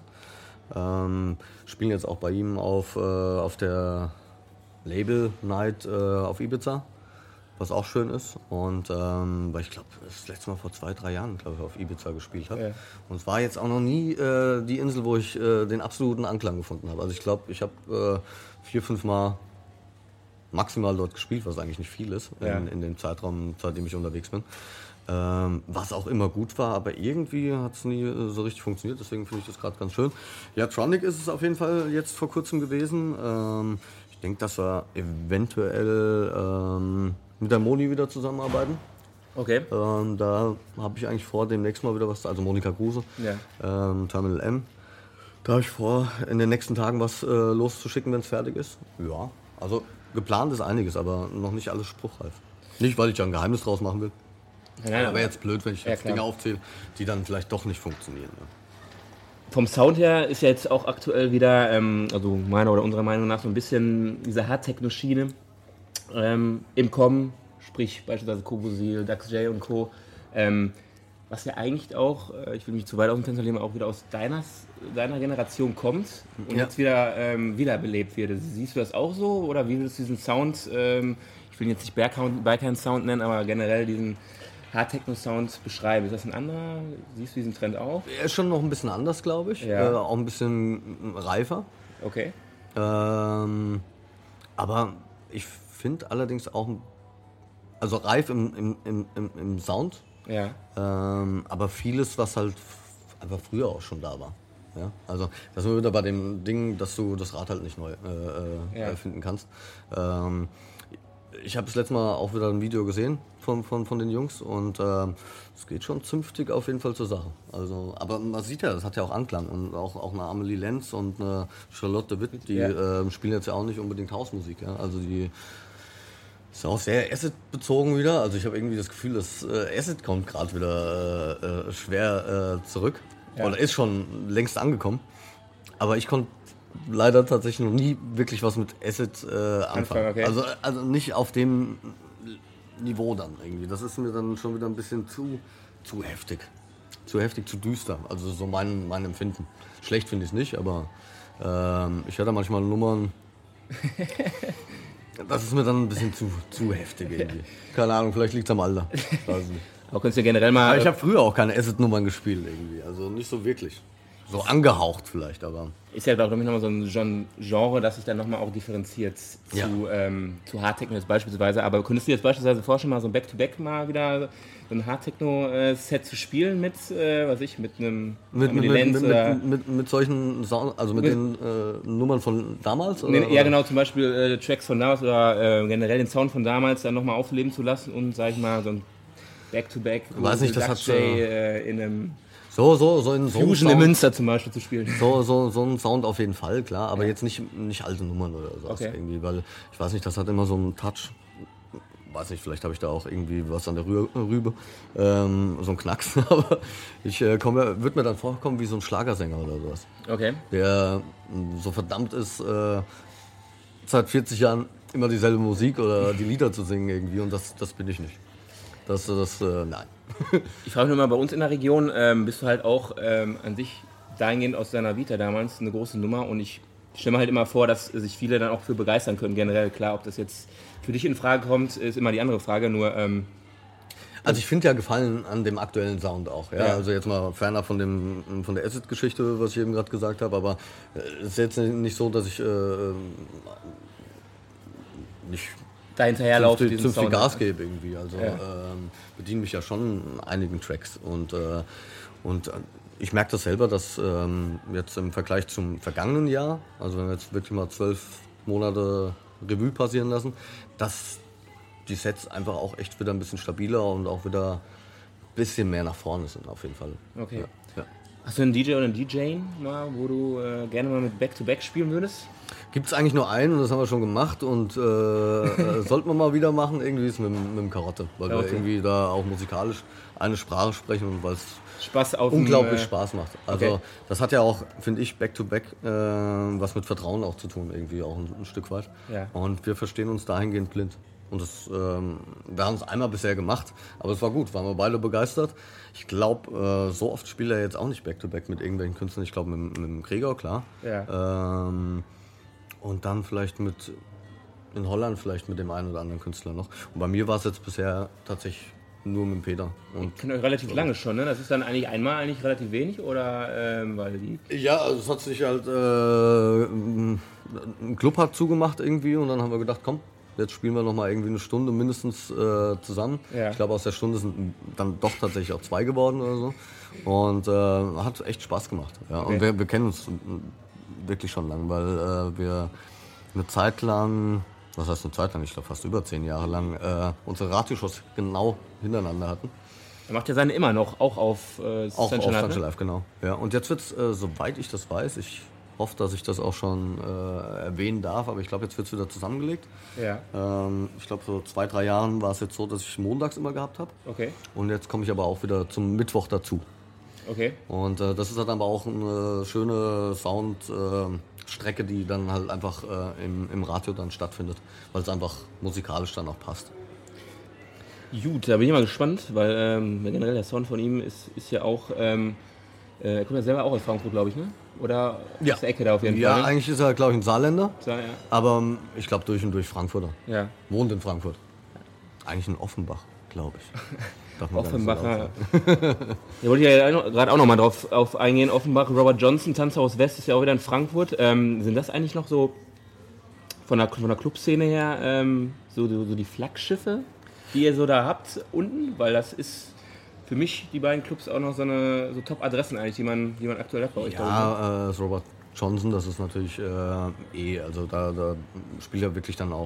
Spielen jetzt auch bei ihm auf der Label Night auf Ibiza. Was auch schön ist. Und weil ich glaube, das letzte Mal vor 2-3 Jahren, glaube ich, auf Ibiza gespielt habe. Ja. Und es war jetzt auch noch nie die Insel, wo ich den absoluten Anklang gefunden habe. Also ich glaube, ich habe 4-5 Mal maximal dort gespielt, was eigentlich nicht viel ist in dem Zeitraum, seitdem ich unterwegs bin. Was auch immer gut war, aber irgendwie hat es nie so richtig funktioniert. Deswegen finde ich das gerade ganz schön. Ja, Tronic ist es auf jeden Fall jetzt vor kurzem gewesen. Ich denke, dass wir eventuell mit der Moni wieder zusammenarbeiten. Okay. Da habe ich eigentlich vor, demnächst mal wieder was, also Monika Kruse, Terminal M. Da habe ich vor, in den nächsten Tagen was loszuschicken, wenn es fertig ist. Ja, also geplant ist einiges, aber noch nicht alles spruchreif. Nicht, weil ich ja ein Geheimnis draus machen will. Nein, aber jetzt blöd, wenn ich jetzt Dinge aufzähle, die dann vielleicht doch nicht funktionieren. Ne? Vom Sound her ist ja jetzt auch aktuell wieder, also meiner oder unserer Meinung nach, so ein bisschen diese Hard-Techno-Schiene im Kommen, sprich beispielsweise Kobusil, Dax J und Co. Was ja eigentlich auch, ich will mich zu weit aus dem Fenster lehnen, auch wieder aus deiner Generation kommt und jetzt wieder wiederbelebt wird. Siehst du das auch so oder wie würdest du diesen Sound, ich will ihn jetzt nicht Berghain-Sound nennen, aber generell diesen Hard-Techno-Sound beschreiben? Ist das ein anderer? Siehst du diesen Trend auch? Er ist schon noch ein bisschen anders, glaube ich. Ja. Auch ein bisschen reifer. Okay. Aber ich finde allerdings auch, also reif im Sound, aber vieles, was halt einfach früher auch schon da war. Ja? Also da sind wir wieder bei dem Ding, dass du das Rad halt nicht neu erfinden kannst. ich habe das letzte Mal auch wieder ein Video gesehen von den Jungs und es geht schon zünftig auf jeden Fall zur Sache. Also, aber man sieht ja, das hat ja auch Anklang und auch eine Amelie Lenz und eine Charlotte Witt, die spielen jetzt ja auch nicht unbedingt Hausmusik. Ja? Also die ist auch sehr Acid-bezogen wieder. Also ich habe irgendwie das Gefühl, dass Acid kommt gerade wieder schwer zurück. Ja. Oder ist schon längst angekommen. Aber ich konnte leider tatsächlich noch nie wirklich was mit Acid anfangen. Okay. Also nicht auf dem Niveau dann irgendwie. Das ist mir dann schon wieder ein bisschen zu heftig. Zu heftig, zu düster. Also so mein Empfinden. Schlecht finde ich es nicht, aber ich höre da manchmal Nummern. Das ist mir dann ein bisschen zu heftig irgendwie. Keine Ahnung, vielleicht liegt es am Alter. Aber könntest du generell mal... Aber ich habe früher auch keine Acid-Nummern gespielt irgendwie. Also nicht so wirklich. So angehaucht vielleicht, aber... Ist ja, glaube ich, nochmal so ein Genre, das sich dann nochmal auch differenziert zu Hardtechno jetzt beispielsweise. Aber könntest du jetzt beispielsweise vorstellen, mal so ein Back-to-Back mal wieder so ein Hardtechno-Set zu spielen mit, mit einem... Mit solchen Sound, also mit den Nummern von damals? Oder? Ja, genau, zum Beispiel Tracks von damals oder generell den Sound von damals dann nochmal aufleben zu lassen und, sag ich mal, so ein Back-to-Back, weiß nicht, das hat in einem... So in Fusion in Münster zum Beispiel zu spielen. So ein Sound auf jeden Fall, klar, aber jetzt nicht alte Nummern oder so irgendwie, weil ich weiß nicht, das hat immer so einen Touch. Weiß nicht, vielleicht habe ich da auch irgendwie was an der Rübe, so ein Knacks, aber ich würde mir dann vorkommen wie so ein Schlagersänger oder sowas. Okay. Der so verdammt ist, seit 40 Jahren immer dieselbe Musik oder die Lieder zu singen irgendwie und das bin ich nicht. Nein. Ich frage mich mal, bei uns in der Region bist du halt auch an sich dahingehend aus deiner Vita damals eine große Nummer und ich stelle mir halt immer vor, dass sich viele dann auch für begeistern können, generell. Klar, ob das jetzt für dich in Frage kommt, ist immer die andere Frage, nur... Also ich finde ja Gefallen an dem aktuellen Sound auch, ja? Also jetzt mal ferner von der Acid-Geschichte, was ich eben gerade gesagt habe, aber es ist jetzt nicht so, dass ich nicht... da hinterherlaufen, zu viel Gas gebe irgendwie. Also bediene mich ja schon in einigen Tracks und ich merke das selber, dass jetzt im Vergleich zum vergangenen Jahr, also wenn wir jetzt wirklich mal 12 Monate Revue passieren lassen, dass die Sets einfach auch echt wieder ein bisschen stabiler und auch wieder ein bisschen mehr nach vorne sind auf jeden Fall. Okay. Ja. Hast du einen DJ oder einen DJ mal, wo du gerne mal mit Back-to-Back spielen würdest? Gibt es eigentlich nur einen und das haben wir schon gemacht und sollten wir mal wieder machen, irgendwie ist mit dem Karotte, weil wir irgendwie da auch musikalisch eine Sprache sprechen und weil es unglaublich Spaß macht. Also das hat ja auch, finde ich, Back-to-Back was mit Vertrauen auch zu tun, irgendwie auch ein Stück weit. Ja. Und wir verstehen uns dahingehend blind. Und wir haben es einmal bisher gemacht, aber es war gut, waren wir beide begeistert. Ich glaube, so oft spielt er jetzt auch nicht Back-to-Back mit irgendwelchen Künstlern. Ich glaube, mit dem Gregor, klar. Ja. Und dann vielleicht in Holland vielleicht mit dem einen oder anderen Künstler noch. Und bei mir war es jetzt bisher tatsächlich nur mit dem Peter. Und ich kenne euch relativ lange schon, ne? Das ist dann einmal relativ wenig, oder weil die... Ja, also es hat sich halt, ein Club hat zugemacht irgendwie und dann haben wir gedacht, komm, jetzt spielen wir nochmal irgendwie eine Stunde mindestens zusammen. Ja. Ich glaube, aus der Stunde sind dann doch tatsächlich auch 2 geworden oder so. Und hat echt Spaß gemacht. Ja. Okay. Und wir kennen uns wirklich schon lang, weil wir eine Zeit lang, was heißt eine Zeit lang, ich glaube fast über 10 Jahre lang, unsere Radioshows genau hintereinander hatten. Er macht ja seine immer noch, auch auf Sunshine Live, genau. Ja. Und jetzt wird es, soweit ich das weiß, ich hoffe, dass ich das auch schon erwähnen darf, aber ich glaube, jetzt wird es wieder zusammengelegt. Ja. Ich glaube, so 2-3 Jahren war es jetzt so, dass ich montags immer gehabt habe. Okay. Und jetzt komme ich aber auch wieder zum Mittwoch dazu. Okay. Und das ist halt aber auch eine schöne Soundstrecke, die dann halt einfach im Radio dann stattfindet, weil es einfach musikalisch dann auch passt. Gut, da bin ich mal gespannt, weil generell der Sound von ihm ist ja auch, er kommt ja selber auch aus Frankfurt, glaube ich, ne? Oder aus der Ecke da auf jeden Fall? Ja, eigentlich ist er, glaube ich, ein Saarländer, ja. Aber ich glaube durch und durch Frankfurter. Ja. Wohnt in Frankfurt. Eigentlich in Offenbach, glaube ich. Offenbacher. Da wollte ich ja gerade auch noch mal drauf eingehen. Offenbach, Robert Johnson, Tanzhaus West ist ja auch wieder in Frankfurt. Sind das eigentlich noch so von der Clubszene her so die Flaggschiffe, die ihr so da habt unten? Weil das ist für mich die beiden Clubs auch noch so Top-Adressen eigentlich, die man aktuell hat bei euch. Ja, Robert Johnson, das ist natürlich also da spielt er wirklich dann auch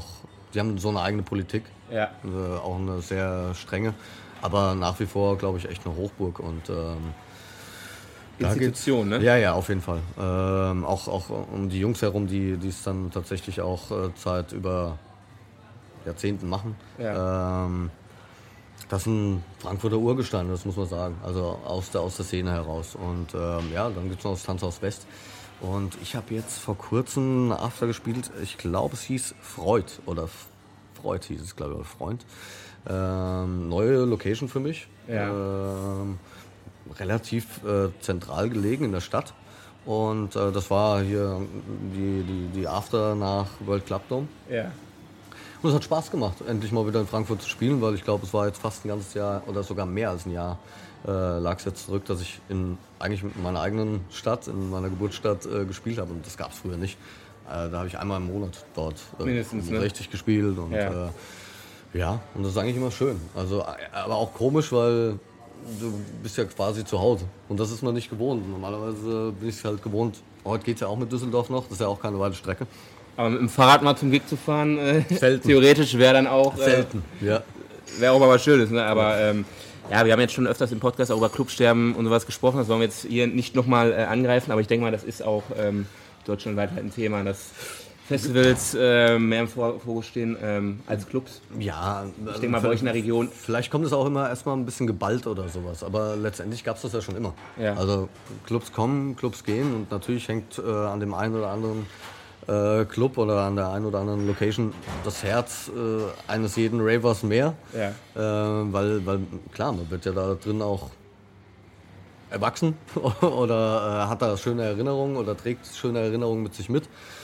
die haben so eine eigene Politik, auch eine sehr strenge, aber nach wie vor, glaube ich, echt eine Hochburg und Institution, ne? Ja, auf jeden Fall. Auch um die Jungs herum, die es dann tatsächlich auch seit über Jahrzehnten machen. Ja. Das ist ein Frankfurter Urgestein, das muss man sagen. Also aus der Szene heraus. Und dann gibt es noch das Tanzhaus West. Und ich habe jetzt vor kurzem eine After gespielt. Ich glaube, es hieß Freud. Oder Freud hieß es, glaube ich, oder Freund. Neue Location für mich. Ja. Relativ zentral gelegen in der Stadt. Und das war hier die After nach World Club Dome. Ja. Und es hat Spaß gemacht, endlich mal wieder in Frankfurt zu spielen, weil ich glaube, es war jetzt fast ein ganzes Jahr oder sogar mehr als ein Jahr lag es jetzt zurück, dass ich eigentlich in meiner eigenen Stadt, in meiner Geburtsstadt gespielt habe. Und das gab es früher nicht. Da habe ich einmal im Monat dort richtig gespielt. Und und das ist eigentlich immer schön. Also, aber auch komisch, weil du bist ja quasi zu Hause. Und das ist man nicht gewohnt. Normalerweise bin ich es halt gewohnt. Heute geht es ja auch mit Düsseldorf noch. Das ist ja auch keine weite Strecke. Aber mit dem Fahrrad mal zum Weg zu fahren, theoretisch wäre dann auch... Selten, ja. Wäre auch mal was Schönes, ne? Aber wir haben jetzt schon öfters im Podcast auch über Clubsterben und sowas gesprochen. Das wollen wir jetzt hier nicht nochmal angreifen, aber ich denke mal, das ist auch deutschlandweit halt ein Thema, dass Festivals mehr im Fokus stehen als Clubs. Ja. Ich denke mal, bei euch in der Region... Vielleicht kommt es auch immer erstmal ein bisschen geballt oder sowas, aber letztendlich gab es das ja schon immer. Ja. Also Clubs kommen, Clubs gehen und natürlich hängt an dem einen oder anderen Club oder an der einen oder anderen Location das Herz eines jeden Ravers mehr. Ja. Weil klar, man wird ja da drin auch erwachsen oder hat da schöne Erinnerungen oder trägt schöne Erinnerungen mit sich mit.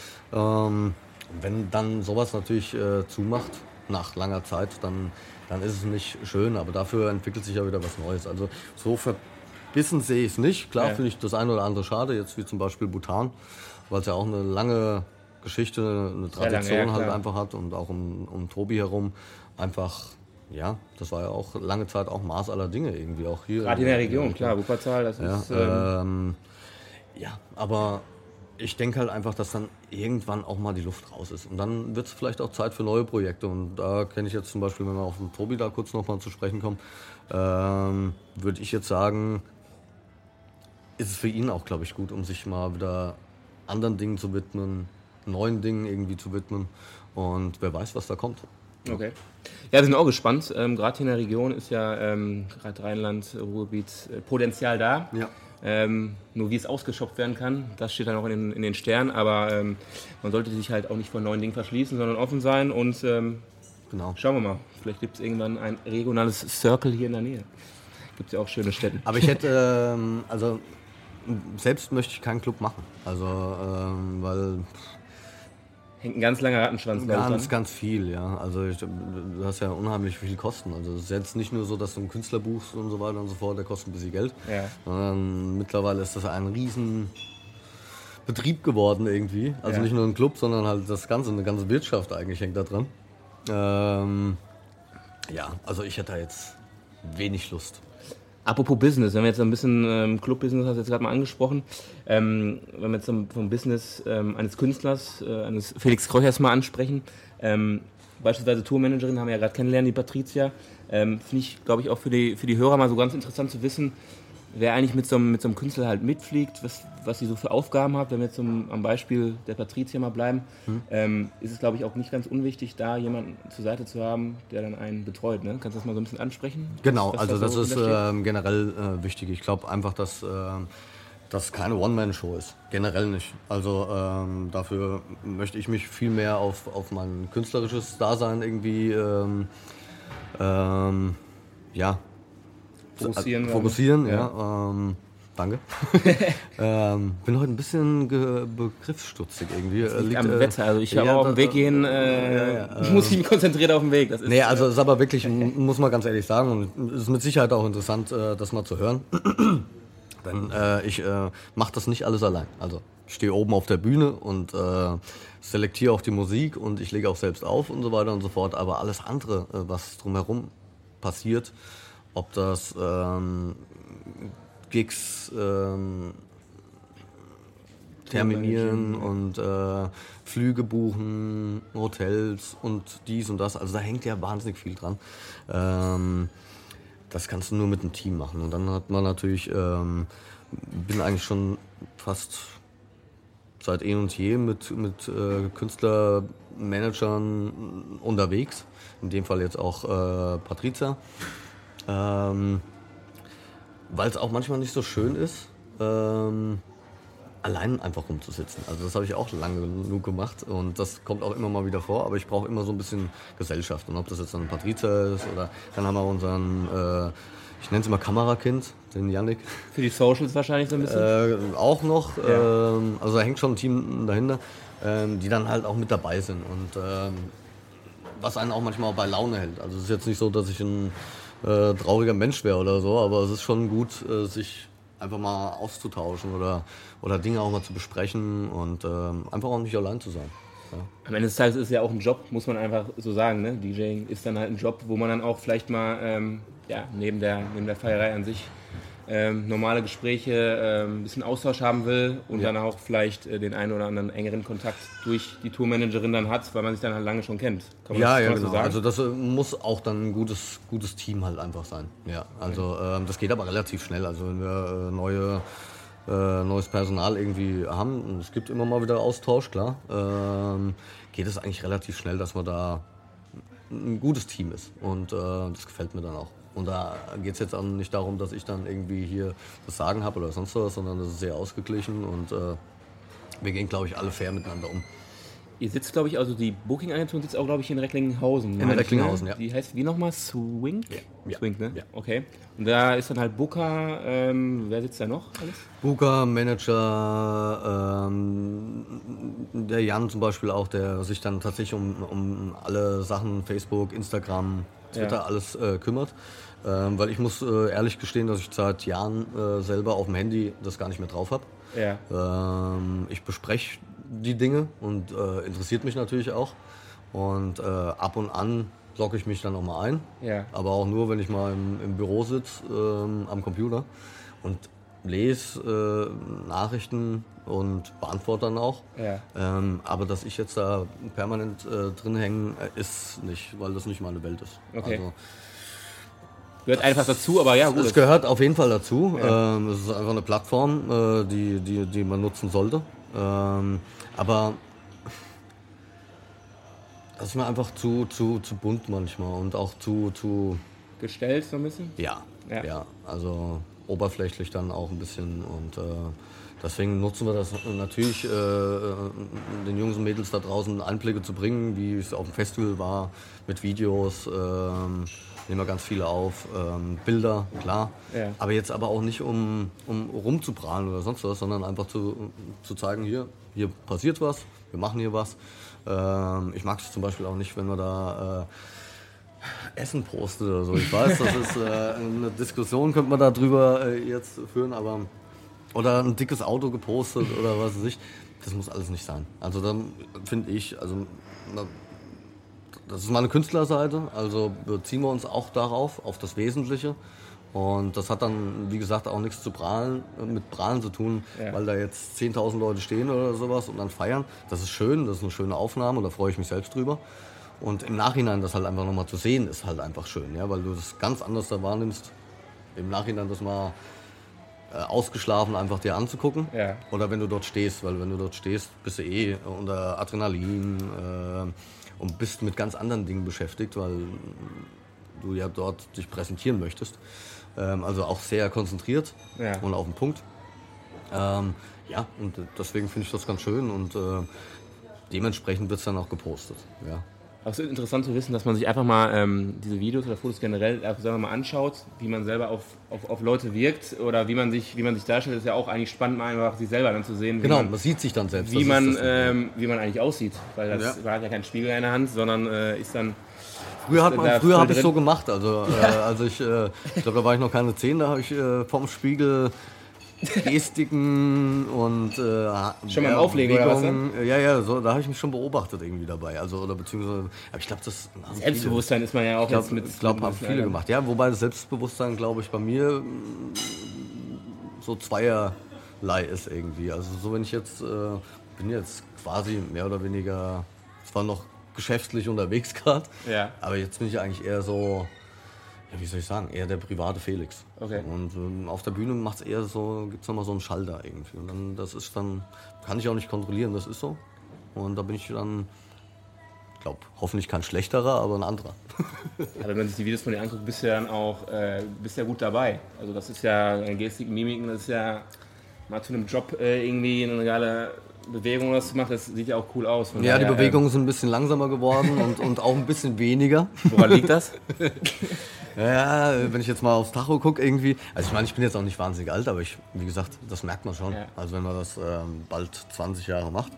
Wenn dann sowas natürlich zumacht nach langer Zeit, dann ist es nicht schön, aber dafür entwickelt sich ja wieder was Neues. Also so verbissen sehe ich es nicht. Klar finde ich das eine oder andere schade, jetzt wie zum Beispiel Bhutan, weil es ja auch eine lange Geschichte, eine Tradition halt einfach hat und auch um Tobi herum einfach, das war ja auch lange Zeit auch Maß aller Dinge irgendwie, auch hier. Gerade in der Region, klar, Wuppertal, das ist... aber ich denke halt einfach, dass dann irgendwann auch mal die Luft raus ist und dann wird es vielleicht auch Zeit für neue Projekte und da kenne ich jetzt zum Beispiel, wenn wir auf den Tobi da kurz nochmal zu sprechen kommen, würde ich jetzt sagen, ist es für ihn auch, glaube ich, gut, um sich mal wieder anderen Dingen zu widmen, neuen Dingen irgendwie zu widmen und wer weiß, was da kommt. Okay. Ja, wir sind auch gespannt. Gerade hier in der Region ist ja gerade Rheinland, Ruhrgebiet Potenzial da. Ja. Nur wie es ausgeschöpft werden kann, das steht dann auch in den Sternen, aber man sollte sich halt auch nicht vor neuen Dingen verschließen, sondern offen sein und genau. Schauen wir mal, vielleicht gibt es irgendwann ein regionales Circle hier in der Nähe. Gibt es ja auch schöne Städte. Aber ich hätte, selbst möchte ich keinen Club machen, also weil... Hängt ein ganz langer Rattenschwanz dran. Ganz viel, ja. Also du hast ja unheimlich viele Kosten. Also es ist jetzt nicht nur so, dass du einen Künstler buchst und so weiter und so fort, der kostet ein bisschen Geld. Ja. Sondern mittlerweile ist das ein riesen Betrieb geworden irgendwie. Also nicht nur ein Club, sondern halt eine ganze Wirtschaft eigentlich hängt da dran. Also ich hätte da jetzt wenig Lust. Apropos Business, wenn wir jetzt ein bisschen Club-Business, hast du jetzt gerade mal angesprochen, wenn wir jetzt vom Business eines Künstlers, eines Felix Kreuchers mal ansprechen, beispielsweise Tourmanagerin haben wir ja gerade kennengelernt, die Patricia, finde ich, glaube ich, auch für die Hörer mal so ganz interessant zu wissen, wer eigentlich mit so einem Künstler halt mitfliegt, was sie so für Aufgaben hat. Wenn wir jetzt am Beispiel der Patricia mal bleiben, ist es, glaube ich, auch nicht ganz unwichtig, da jemanden zur Seite zu haben, der dann einen betreut. Ne? Kannst du das mal so ein bisschen ansprechen? Genau, also das ist generell wichtig. Ich glaube einfach, dass das keine One-Man-Show ist. Generell nicht. Also dafür möchte ich mich viel mehr auf mein künstlerisches Dasein irgendwie fokussieren, ja. Danke. Bin heute ein bisschen begriffsstutzig irgendwie. Liegt am Wetter. Also ich habe auf dem Weg gehen, muss ich mich konzentrieren auf den Weg. Das ist, also es ist aber wirklich, muss man ganz ehrlich sagen, und es ist mit Sicherheit auch interessant, das mal zu hören. Denn ich mache das nicht alles allein. Also ich stehe oben auf der Bühne und selektiere auch die Musik und ich lege auch selbst auf und so weiter und so fort. Aber alles andere, was drumherum passiert, ob das terminieren und Flüge buchen, Hotels und dies und das. Also da hängt ja wahnsinnig viel dran. Das kannst du nur mit einem Team machen. Und dann hat man natürlich, bin eigentlich schon fast seit eh und je mit Künstlermanagern unterwegs. In dem Fall jetzt auch Patrizia. Weil es auch manchmal nicht so schön ist, allein einfach rumzusitzen. Also das habe ich auch lange genug gemacht und das kommt auch immer mal wieder vor, aber ich brauche immer so ein bisschen Gesellschaft. Und ob das jetzt dann Patrizia ist oder dann haben wir unseren, ich nenne es immer Kamerakind, den Yannick. Für die Socials wahrscheinlich so ein bisschen? Auch noch, ja. Also da hängt schon ein Team dahinter, die dann halt auch mit dabei sind und was einen auch manchmal bei Laune hält. Also es ist jetzt nicht so, dass ich ein trauriger Mensch wäre oder so, aber es ist schon gut, sich einfach mal auszutauschen oder Dinge auch mal zu besprechen und einfach auch nicht allein zu sein. Ja. Am Ende des Tages ist es ja auch ein Job, muss man einfach so sagen. Ne? DJing ist dann halt ein Job, wo man dann auch vielleicht mal neben der Feierei an sich normale Gespräche, ein bisschen Austausch haben will und dann auch vielleicht den einen oder anderen engeren Kontakt durch die Tourmanagerin dann hat, weil man sich dann halt lange schon kennt. Kann man das genau. so sagen? Also das muss auch dann ein gutes Team halt einfach sein. Ja, also das geht aber relativ schnell. Also wenn wir neues Personal irgendwie haben, und es gibt immer mal wieder Austausch, klar, geht es eigentlich relativ schnell, dass man da ein gutes Team ist und das gefällt mir dann auch. Und da geht es jetzt auch nicht darum, dass ich dann irgendwie hier das Sagen habe oder sonst was, sondern das ist sehr ausgeglichen und wir gehen, glaube ich, alle fair miteinander um. Ihr sitzt, glaube ich, also die Booking-Agentur sitzt auch, glaube ich, in Recklinghausen. In Recklinghausen, ja. Die heißt wie nochmal? Swing? Ja. Swing, ne? Ja. Okay. Und da ist dann halt Booker, wer sitzt da noch alles? Booker, Manager, der Jan zum Beispiel auch, der sich dann tatsächlich um alle Sachen, Facebook, Instagram, Twitter, alles kümmert. Weil ich muss ehrlich gestehen, dass ich seit Jahren selber auf dem Handy das gar nicht mehr drauf habe. Ja. Ich bespreche die Dinge und interessiert mich natürlich auch. Und ab und an logge ich mich dann auch mal ein. Ja. Aber auch nur, wenn ich mal im Büro sitze, am Computer und lese Nachrichten und beantworte dann auch. Ja. Aber dass ich jetzt da permanent drin hänge, ist nicht, weil das nicht meine Welt ist. Okay. Also, gehört einfach dazu, aber ja gut. Es gehört auf jeden Fall dazu. Ja. Es ist einfach eine Plattform, die man nutzen sollte. Aber das ist mir einfach zu bunt manchmal und auch zu gestellt so ein bisschen? Ja. Also oberflächlich dann auch ein bisschen und deswegen nutzen wir das natürlich, den Jungs und Mädels da draußen Einblicke zu bringen, wie es auf dem Festival war, mit Videos, nehmen wir ganz viele auf, Bilder, klar, aber jetzt aber auch nicht um rumzuprahlen oder sonst was, sondern einfach zu zeigen, hier passiert was, wir machen hier was. Ich mag es zum Beispiel auch nicht, wenn man da Essen postet oder so. Ich weiß, das ist eine Diskussion, könnte man da drüber jetzt führen, aber oder ein dickes Auto gepostet oder was weiß ich. Das muss alles nicht sein. Also dann finde ich, also das ist meine Künstlerseite, also beziehen wir uns auch darauf, auf das Wesentliche. Und das hat dann, wie gesagt, auch nichts mit Prahlen zu tun, weil da jetzt 10.000 Leute stehen oder sowas und dann feiern. Das ist schön, das ist eine schöne Aufnahme, da freue ich mich selbst drüber. Und im Nachhinein das halt einfach nochmal zu sehen, ist halt einfach schön, ja, weil du das ganz anders da wahrnimmst. Im Nachhinein das mal ausgeschlafen einfach dir anzugucken. Ja. Oder wenn du dort stehst, weil wenn du dort stehst, bist du unter Adrenalin und bist mit ganz anderen Dingen beschäftigt, weil du ja dort dich präsentieren möchtest. Also auch sehr konzentriert und auf den Punkt. Und deswegen finde ich das ganz schön und dementsprechend wird es dann auch gepostet. Ja. Aber es ist interessant zu wissen, dass man sich einfach mal diese Videos oder Fotos generell selber mal anschaut, wie man selber auf Leute wirkt oder wie man sich darstellt. Das ist ja auch eigentlich spannend, mal einfach sich selber dann zu sehen. Genau, man sieht sich dann selbst. Wie man eigentlich aussieht, weil man hat ja keinen Spiegel in der Hand, sondern ist dann... Früher habe ich so gemacht, also ich glaube, da war ich noch keine 10, da habe ich vom Spiegel Gestiken und schon mal im Auflegen oder was dann? Ja, so, da habe ich mich schon beobachtet irgendwie dabei, also oder beziehungsweise, aber ich glaube, das Selbstbewusstsein ist man ja auch jetzt mit. Ich glaube, haben viele gemacht, ja, wobei das Selbstbewusstsein, glaube ich, bei mir so keinerlei ist irgendwie. Also so, wenn ich jetzt, bin jetzt quasi mehr oder weniger, zwar noch geschäftlich unterwegs gerade, aber jetzt bin ich eigentlich eher so, ja, wie soll ich sagen, eher der private Felix. Okay. Und auf der Bühne macht's eher so, gibt's nochmal so einen Schalter irgendwie. Und dann, das ist dann, kann ich auch nicht kontrollieren, das ist so. Und da bin ich dann, ich glaube, hoffentlich kein schlechterer, aber ein anderer. Aber wenn man sich die Videos von dir anguckt, bist du ja dann auch bist ja gut dabei. Also das ist ja, Gestik, Mimiken, das ist ja mal zu einem Job irgendwie eine geile Bewegung, was du machst, das sieht ja auch cool aus. Ja, die Bewegungen sind ein bisschen langsamer geworden und auch ein bisschen weniger. Woran liegt das? Ja, wenn ich jetzt mal aufs Tacho gucke irgendwie, also ich meine, ich bin jetzt auch nicht wahnsinnig alt, aber wie gesagt, das merkt man schon. Ja. Also wenn man das bald 20 Jahre macht.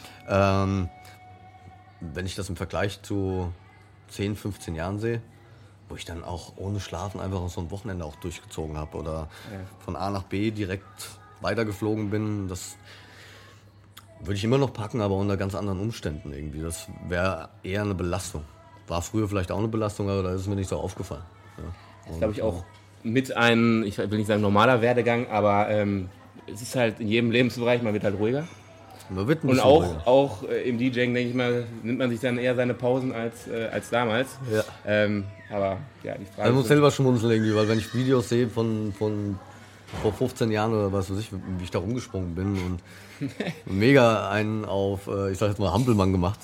Wenn ich das im Vergleich zu 10, 15 Jahren sehe, wo ich dann auch ohne Schlafen einfach so ein Wochenende auch durchgezogen habe oder von A nach B direkt weitergeflogen bin, das würde ich immer noch packen, aber unter ganz anderen Umständen irgendwie. Das wäre eher eine Belastung. War früher vielleicht auch eine Belastung, aber da ist es mir nicht so aufgefallen. Ja. Das ist, glaube ich, auch mit einem, ich will nicht sagen normaler Werdegang, aber es ist halt in jedem Lebensbereich, man wird halt ruhiger. Man wird ein und auch im DJing, denke ich mal, nimmt man sich dann eher seine Pausen als damals. Ja. Aber ja, die Frage. Ich muss selber schmunzeln irgendwie, weil wenn ich Videos sehe von vor 15 Jahren oder was weiß ich, wie ich da rumgesprungen bin und mega einen auf, ich sag jetzt mal, Hampelmann gemacht.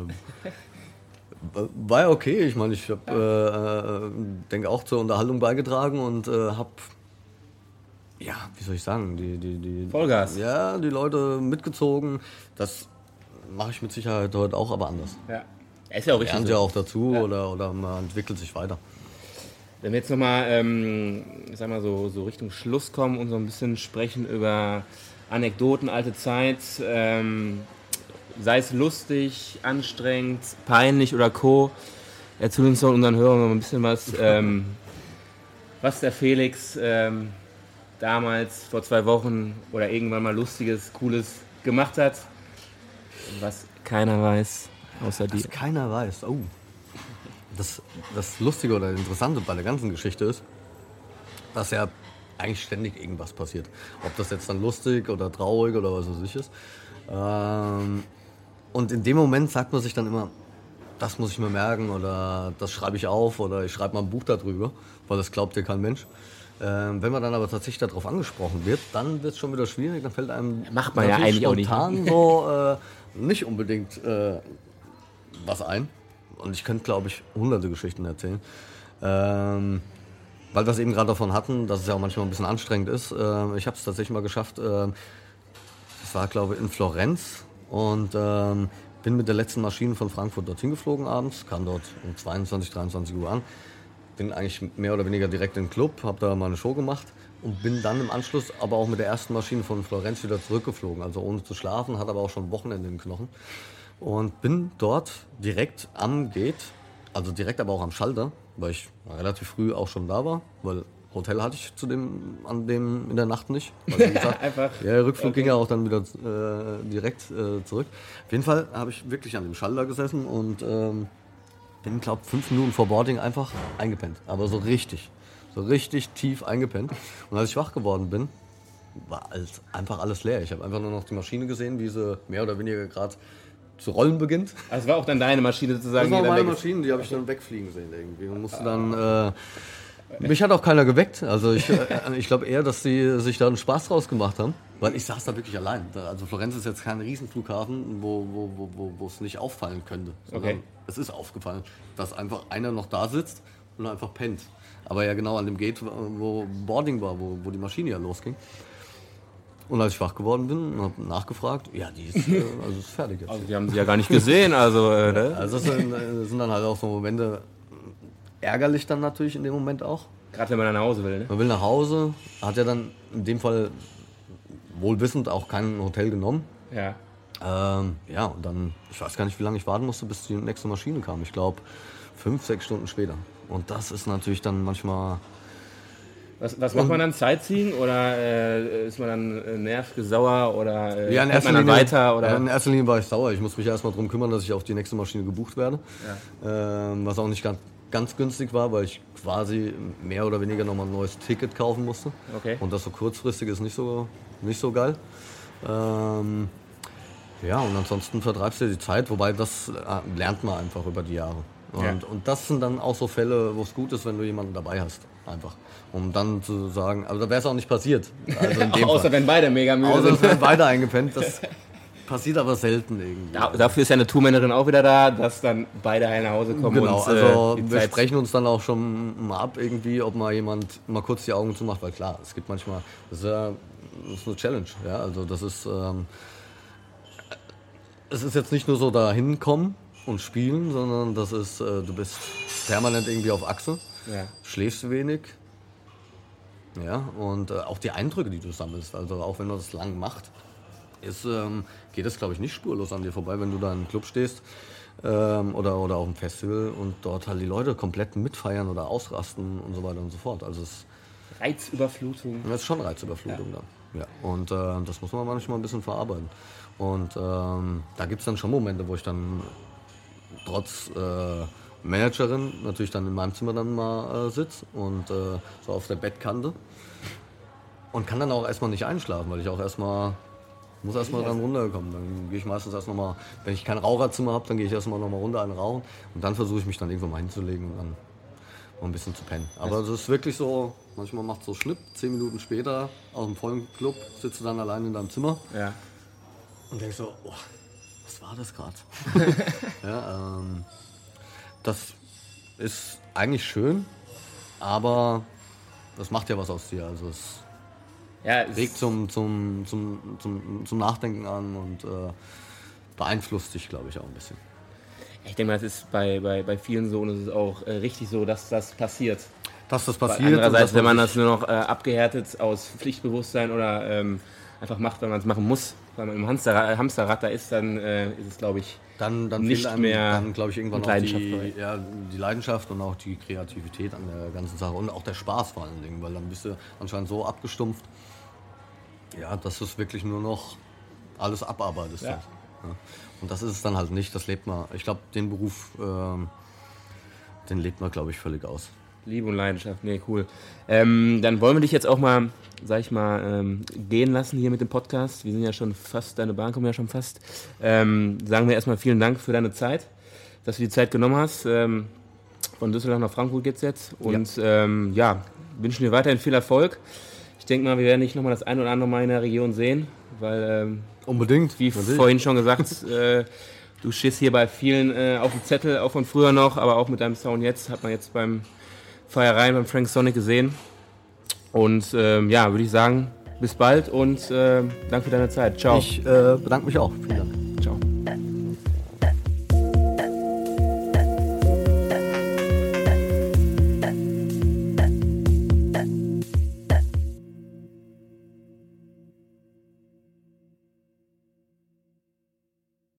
War ja okay, ich meine, ich denke auch zur Unterhaltung beigetragen und habe, ja, wie soll ich sagen, die Vollgas. Ja, die Leute mitgezogen. Das mache ich mit Sicherheit heute auch, aber anders. Ja, ist ja auch richtig. Lernt ja auch dazu oder man entwickelt sich weiter. Wenn wir jetzt nochmal, sag mal so Richtung Schluss kommen und so ein bisschen sprechen über Anekdoten, alte Zeit, sei es lustig, anstrengend, peinlich oder Co. Erzähl uns doch unseren Hörern noch ein bisschen was der Felix damals vor 2 Wochen oder irgendwann mal Lustiges, Cooles gemacht hat, was keiner weiß, außer dir. Was keiner weiß, oh. Das Lustige oder Interessante bei der ganzen Geschichte ist, dass ja eigentlich ständig irgendwas passiert. Ob das jetzt dann lustig oder traurig oder was weiß ich ist. Und in dem Moment sagt man sich dann immer, das muss ich mir merken oder das schreibe ich auf oder ich schreibe mal ein Buch darüber, weil das glaubt dir kein Mensch. Wenn man dann aber tatsächlich darauf angesprochen wird, dann wird es schon wieder schwierig, dann fällt einem macht man ja eigentlich auch nicht so nicht unbedingt was ein. Und ich könnte, glaube ich, hunderte Geschichten erzählen. Weil wir es eben gerade davon hatten, dass es ja auch manchmal ein bisschen anstrengend ist. Ich habe es tatsächlich mal geschafft. Es war, glaube ich, in Florenz und bin mit der letzten Maschine von Frankfurt dorthin geflogen abends, kam dort um 22, 23 Uhr an. Bin eigentlich mehr oder weniger direkt in den Club, habe da meine Show gemacht und bin dann im Anschluss aber auch mit der ersten Maschine von Florenz wieder zurückgeflogen. Also ohne zu schlafen, hatte aber auch schon Wochenende in den Knochen. Und bin dort direkt am Gate, also direkt aber auch am Schalter, weil ich relativ früh auch schon da war, weil Hotel hatte ich in der Nacht nicht. Weil, wie gesagt, einfach. Ja, der Rückflug ging ja auch dann wieder direkt zurück. Auf jeden Fall habe ich wirklich an dem Schalter gesessen und bin, glaube ich, 5 Minuten vor Boarding einfach eingepennt. Aber so richtig tief eingepennt. Und als ich wach geworden bin, war einfach alles leer. Ich habe einfach nur noch die Maschine gesehen, wie sie mehr oder weniger gerade zu rollen beginnt. Also es war auch dann deine Maschine sozusagen? Das war meine Maschine, die habe ich dann wegfliegen sehen irgendwie und musste dann... mich hat auch keiner geweckt. Also ich glaube eher, dass die sich da einen Spaß draus gemacht haben. Weil ich saß da wirklich allein. Also Florenz ist jetzt kein Riesenflughafen, wo es nicht auffallen könnte. Okay. Es ist aufgefallen, dass einfach einer noch da sitzt und einfach pennt. Aber ja genau an dem Gate, wo Boarding war, wo die Maschine ja losging. Und als ich wach geworden bin und habe nachgefragt, ja, die ist, ist fertig jetzt. Also die haben sie ja gar nicht gesehen, also... ne? Also das sind dann halt auch so Momente, ärgerlich dann natürlich in dem Moment auch. Gerade wenn man nach Hause will, ne? Man will nach Hause, hat ja dann in dem Fall wohlwissend auch kein Hotel genommen. Ja. Ja, und dann, ich weiß gar nicht, wie lange ich warten musste, bis die nächste Maschine kam. Ich glaube, 5, 6 Stunden später. Und das ist natürlich dann manchmal... Was macht man dann? Sightseeing oder ist man dann nervig, sauer oder ja, man dann weiter? Oder? In erster Linie war ich sauer. Ich muss mich erstmal darum kümmern, dass ich auf die nächste Maschine gebucht werde. Ja. Was auch nicht ganz günstig war, weil ich quasi mehr oder weniger nochmal ein neues Ticket kaufen musste. Okay. Und das so kurzfristig ist nicht so nicht so geil. Ja, und ansonsten vertreibst du die Zeit, wobei das lernt man einfach über die Jahre. Und das sind dann auch so Fälle, wo es gut ist, wenn du jemanden dabei hast, einfach. Um dann zu sagen, also da wäre es auch nicht passiert. Also in dem außer Fall. wenn beide mega müde sind. Außer wenn beide eingepennt, das passiert aber selten irgendwie. Dafür ist ja eine Tourmanagerin auch wieder da, dass dann beide heil nach Hause kommen. Genau, und, also wir sprechen uns dann auch schon mal ab irgendwie, ob mal jemand mal kurz die Augen zumacht, weil klar, es gibt manchmal, das ist eine Challenge, ja, also das ist, es ist jetzt nicht nur so da hinkommen und spielen, sondern das ist, du bist permanent irgendwie auf Achse, schläfst wenig, ja, und auch die Eindrücke, die du sammelst, also auch wenn man das lang macht, geht es, glaube ich, nicht spurlos an dir vorbei, wenn du da im Club stehst oder auf dem Festival und dort halt die Leute komplett mitfeiern oder ausrasten und so weiter und so fort. Also Reizüberflutung. Das ist schon Reizüberflutung dann. Ja. Und das muss man manchmal ein bisschen verarbeiten. Und da gibt es dann schon Momente, wo ich dann trotz Managerin natürlich dann in meinem Zimmer dann mal sitze und so auf der Bettkante und kann dann auch erstmal nicht einschlafen, weil ich auch muss erstmal dann runterkommen. Dann gehe ich meistens erst nochmal, wenn ich kein Raucherzimmer habe, dann gehe ich erstmal nochmal runter einen rauchen und dann versuche ich mich dann irgendwo mal hinzulegen und dann mal ein bisschen zu pennen. Aber es ist wirklich so, manchmal macht es so Schnipp, 10 Minuten später aus dem vollen Club sitzt du dann allein in deinem Zimmer und denkst so, oh, was war das gerade? Das ist eigentlich schön, aber das macht ja was aus dir. Also es regt zum Nachdenken an und beeinflusst dich, glaube ich, auch ein bisschen. Ich denke mal, es ist bei vielen so und es ist auch richtig so, dass das passiert. Dass das passiert. Andererseits, wenn man das nur noch abgehärtet aus Pflichtbewusstsein oder einfach macht, weil man es machen muss, weil man im Hamsterrad da ist, dann ist es, glaube ich, dann nicht fehlt einem, mehr dann, glaube ich, irgendwann auch Leidenschaft, die Leidenschaft und auch die Kreativität an der ganzen Sache und auch der Spaß vor allen Dingen, weil dann bist du anscheinend so abgestumpft, dass du es wirklich nur noch alles abarbeitest. Ja. Und das ist es dann halt nicht, das lebt man, ich glaube, den Beruf, den lebt man, glaube ich, völlig aus. Liebe und Leidenschaft, nee, cool. Dann wollen wir dich jetzt auch mal, sag ich mal, gehen lassen hier mit dem Podcast. Wir sind ja schon fast, deine Bahn kommt ja schon fast. Sagen wir erstmal vielen Dank für deine Zeit, dass du die Zeit genommen hast. Von Düsseldorf nach Frankfurt geht's jetzt. Und wünschen dir weiterhin viel Erfolg. Ich denke mal, wir werden dich nochmal das ein oder andere Mal in der Region sehen, weil, unbedingt, wie vorhin schon gesagt, du stehst hier bei vielen auf dem Zettel, auch von früher noch, aber auch mit deinem Sound jetzt, hat man jetzt beim Feiereien beim Frank Sonic gesehen. Und würde ich sagen, bis bald und danke für deine Zeit. Ciao. Ich bedanke mich auch. Vielen Dank.